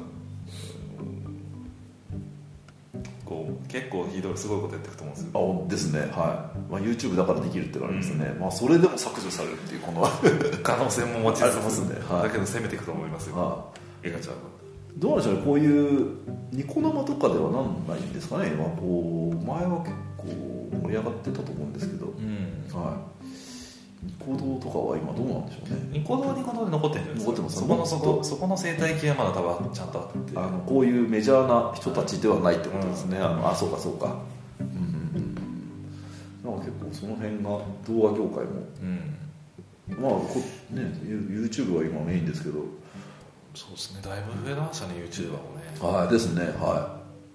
結構ひどいすごいことやっていくと思うんですよ。 ですね。はい。まあ YouTube だからできるってのがありますね。まあそれでも削除されるっていうこの可能性も持ちつつますね。 だけど攻めていくと思いますよ。映画ちゃんは。 どうなんでしょうね。こういうニコ生とかではなんないんですかね。まあこう前は結構盛り上がってたと思うんですけど。はい。ニコ動とかは今どうなんでしょうね。 ニコ動で残ってるんじゃないですか。残ってます。そこの生態系はまだ多分ちゃんとあって、 こういうメジャーな人たちではないってことですね。そうかそうか。なんか結構その辺が動画業界も、まあね YouTube は今メインですけど。 そうですね。だいぶ増えましたね YouTuber もね。 はいですね。はい。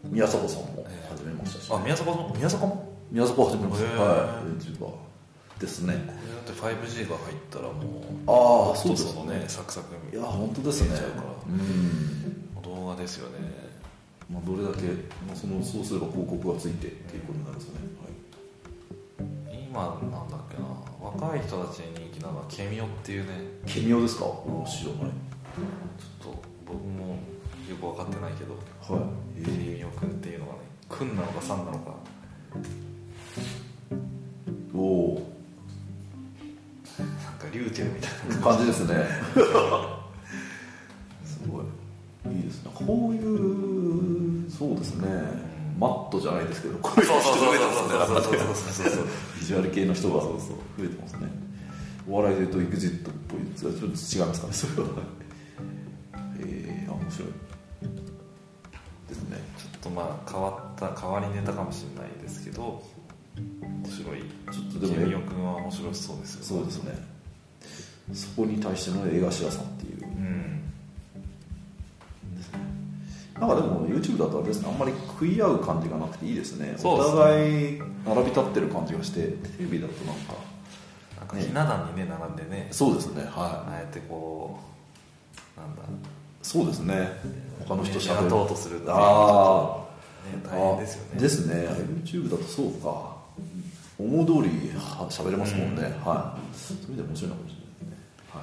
宮迫さんも始めましたし。 宮迫も宮迫始めました。はい。YouTuber。ですね。 これだって 5G が入ったらもうそうですね、サクサクいや本当ですね。 動画ですよね。 まあどれだけそうすれば広告がついてっていうことになるんですね。 今なんだっけな、若い人たちに人気なのはケミオっていうね。 ケミオですか。知らない。 ちょっと僕もよく分かってないけど、 はい、 ケイミオ君っていうのがね、君なのかさんなのか。 おお、 なんかリューテルみたいな感じですねすごいいいですね。こういうそうですね、マットじゃないですけど、こういう人が増えてますね。ビジュアル系の人が増えてますね。お笑いで言うとエグジットっぽいですが、ちょっと違いますかね、それは。面白いですね。 ちょっとまあ変わりネタかもしれないですけど、面白い。 ちょっとでもケイミオ君は面白そうですよね。 そうですね。そこに対しての江頭さんっていう、なんかでも YouTube だとあれですね、あんまり食い合う感じがなくていいですね。お互い並び立ってる感じがして、テレビだとなんかひな壇にね並んでね。 そうですね、はい。 あえてこうなんだ。 そうですね。他の人しゃべとうとするっていう。 大変ですよね。 ですね。YouTube だとそうか。思う通り喋れますもんね。はい。それで面白いのかもしれないですね。はい。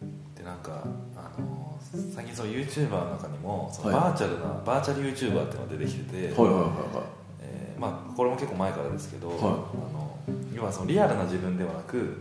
でなんか最近その YouTuber の中にもそのバーチャル YouTuber っていうのが出てきてて、まあこれも結構前からですけど、要はそのリアルな自分ではなく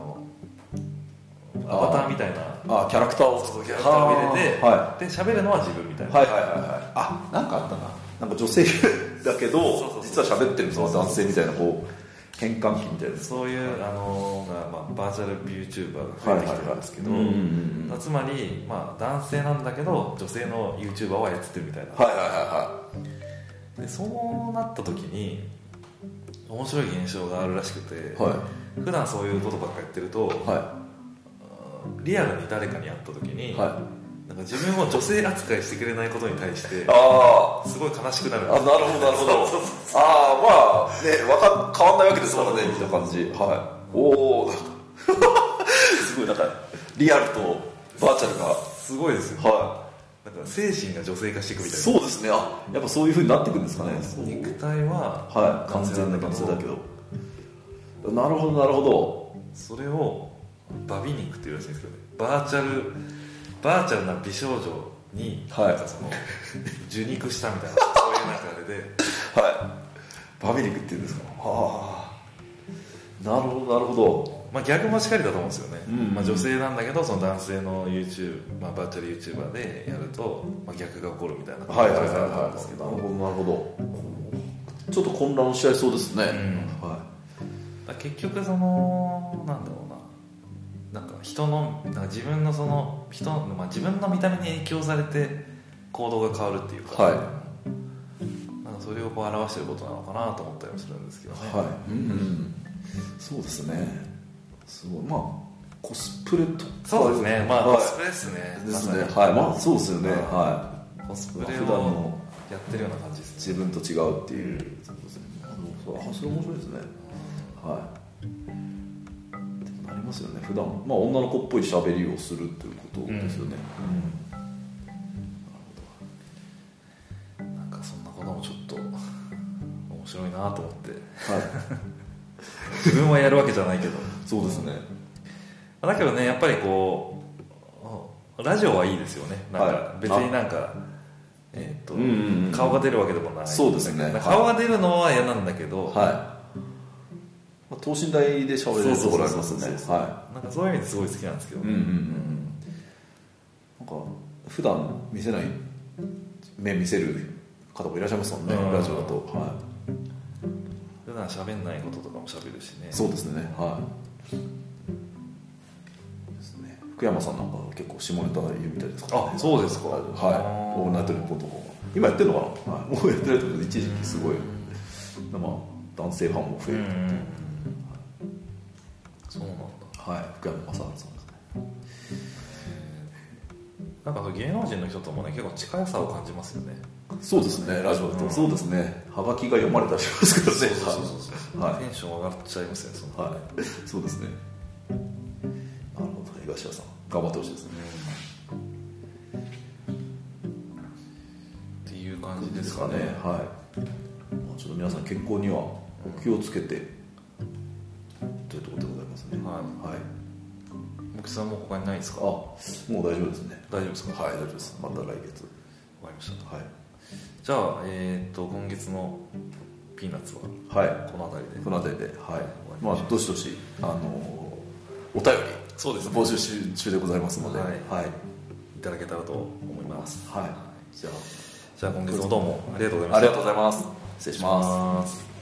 アバターみたいなキャラクターを入れて、で喋るのは自分みたいな。 なんかあったな。なんか女性だけど実は喋ってるのは男性みたいな、こう変換器みたいな、 そういうまあ、バーチャル YouTuber が増えてきてるんですけど、つまり、まあ、男性なんだけど女性の YouTuber を操ってるみたいな。でそうなった時に面白い現象があるらしくて、普段そういうことばっかやってると、リアルに誰かに会った時に、なんか自分を女性扱いしてくれないことに対してすごい悲しくなるんです。 なるほどなるほど。まあね、変わんないわけですからね、みたいな感じ。おおすごい、なんかリアルとバーチャルがすごいですよ。なんか精神が女性化していくみたいな。 そうですね。やっぱそういう風になっていくんですかね。 肉体は完全な男性だけど。なるほどなるほど。 それをバビ肉っていうらしいんですけどね。バーチャルな美少女になんかその受肉したみたいな、そういうなんかあれでバビ肉っていうんですか。なるほどなるほど。 まあ逆もしかりだと思うんですよね。まあ女性なんだけどその男性の YouTube、まあ、バーチャル YouTuber でやると、まあ、逆が起こるみたいな感じだったんですけど。 なるほどなるほど。ちょっと混乱しちゃいそうですね。 結局そのなんだろうな、なんか人のなんか自分のその人の、まあ、自分の見た目に影響されて行動が変わるっていうか、なんかそれをこう表していることなのかなと思ったりもするんですけどね。 そうですね。すごい。まあコスプレとか。 そうですね。まあコスプレですね。 まあそうですよね。 コスプレをやってるような感じですね。 自分と違うっていう。それ面白いですね。ありますよね。普段まあ女の子っぽい喋りをするということですよね。 なんかそんなこともちょっと面白いなと思って。自分はやるわけじゃないけど。 そうですね。 だけどね、やっぱりこうラジオはいいですよね。なんか別になんか顔が出るわけでもない。 そうですね。 顔が出るのは嫌なんだけど。 等身大で喋れるところありますね。 なんかそういう意味ですごい好きなんですけど、なんか普段見せない面見せる方もいらっしゃいますもんね、ラジオだと。 普段喋んないこととかも喋るしね。 そうですね。福山さんなんか結構下ネタ言うみたいですからね。 そうですか。 オールナイトリポート今やってるのかな。もうやってないと思うけど一時期すごい、まあ男性ファンも増えるっていう。 そうなんだ。 福山雅治さんですね。 なんか芸能人の人ともね結構近さを感じますよね。 そうですね。ラジオだとそうですね。はがきが読まれたりしますけどね。 テンション上がっちゃいますよね。 そうですね。なるほど。江頭さん頑張ってほしいですね。 っていう感じですかね。 ちょっと皆さん健康にはお気をつけてというところでございますね。 木さんも他にないですか。 もう大丈夫ですね。 大丈夫ですか。 大丈夫です。また来月。 わかりました、 はい、 じゃあ、今月のピーナッツは、はい、この辺りで、 はい、まあ、どしどしお便りそうです、ね、 募集中でございますので、はいはい、 いただけたらと思います。 はい、じゃあ今月もどうもありがとうございました。 ありがとうございます。失礼します。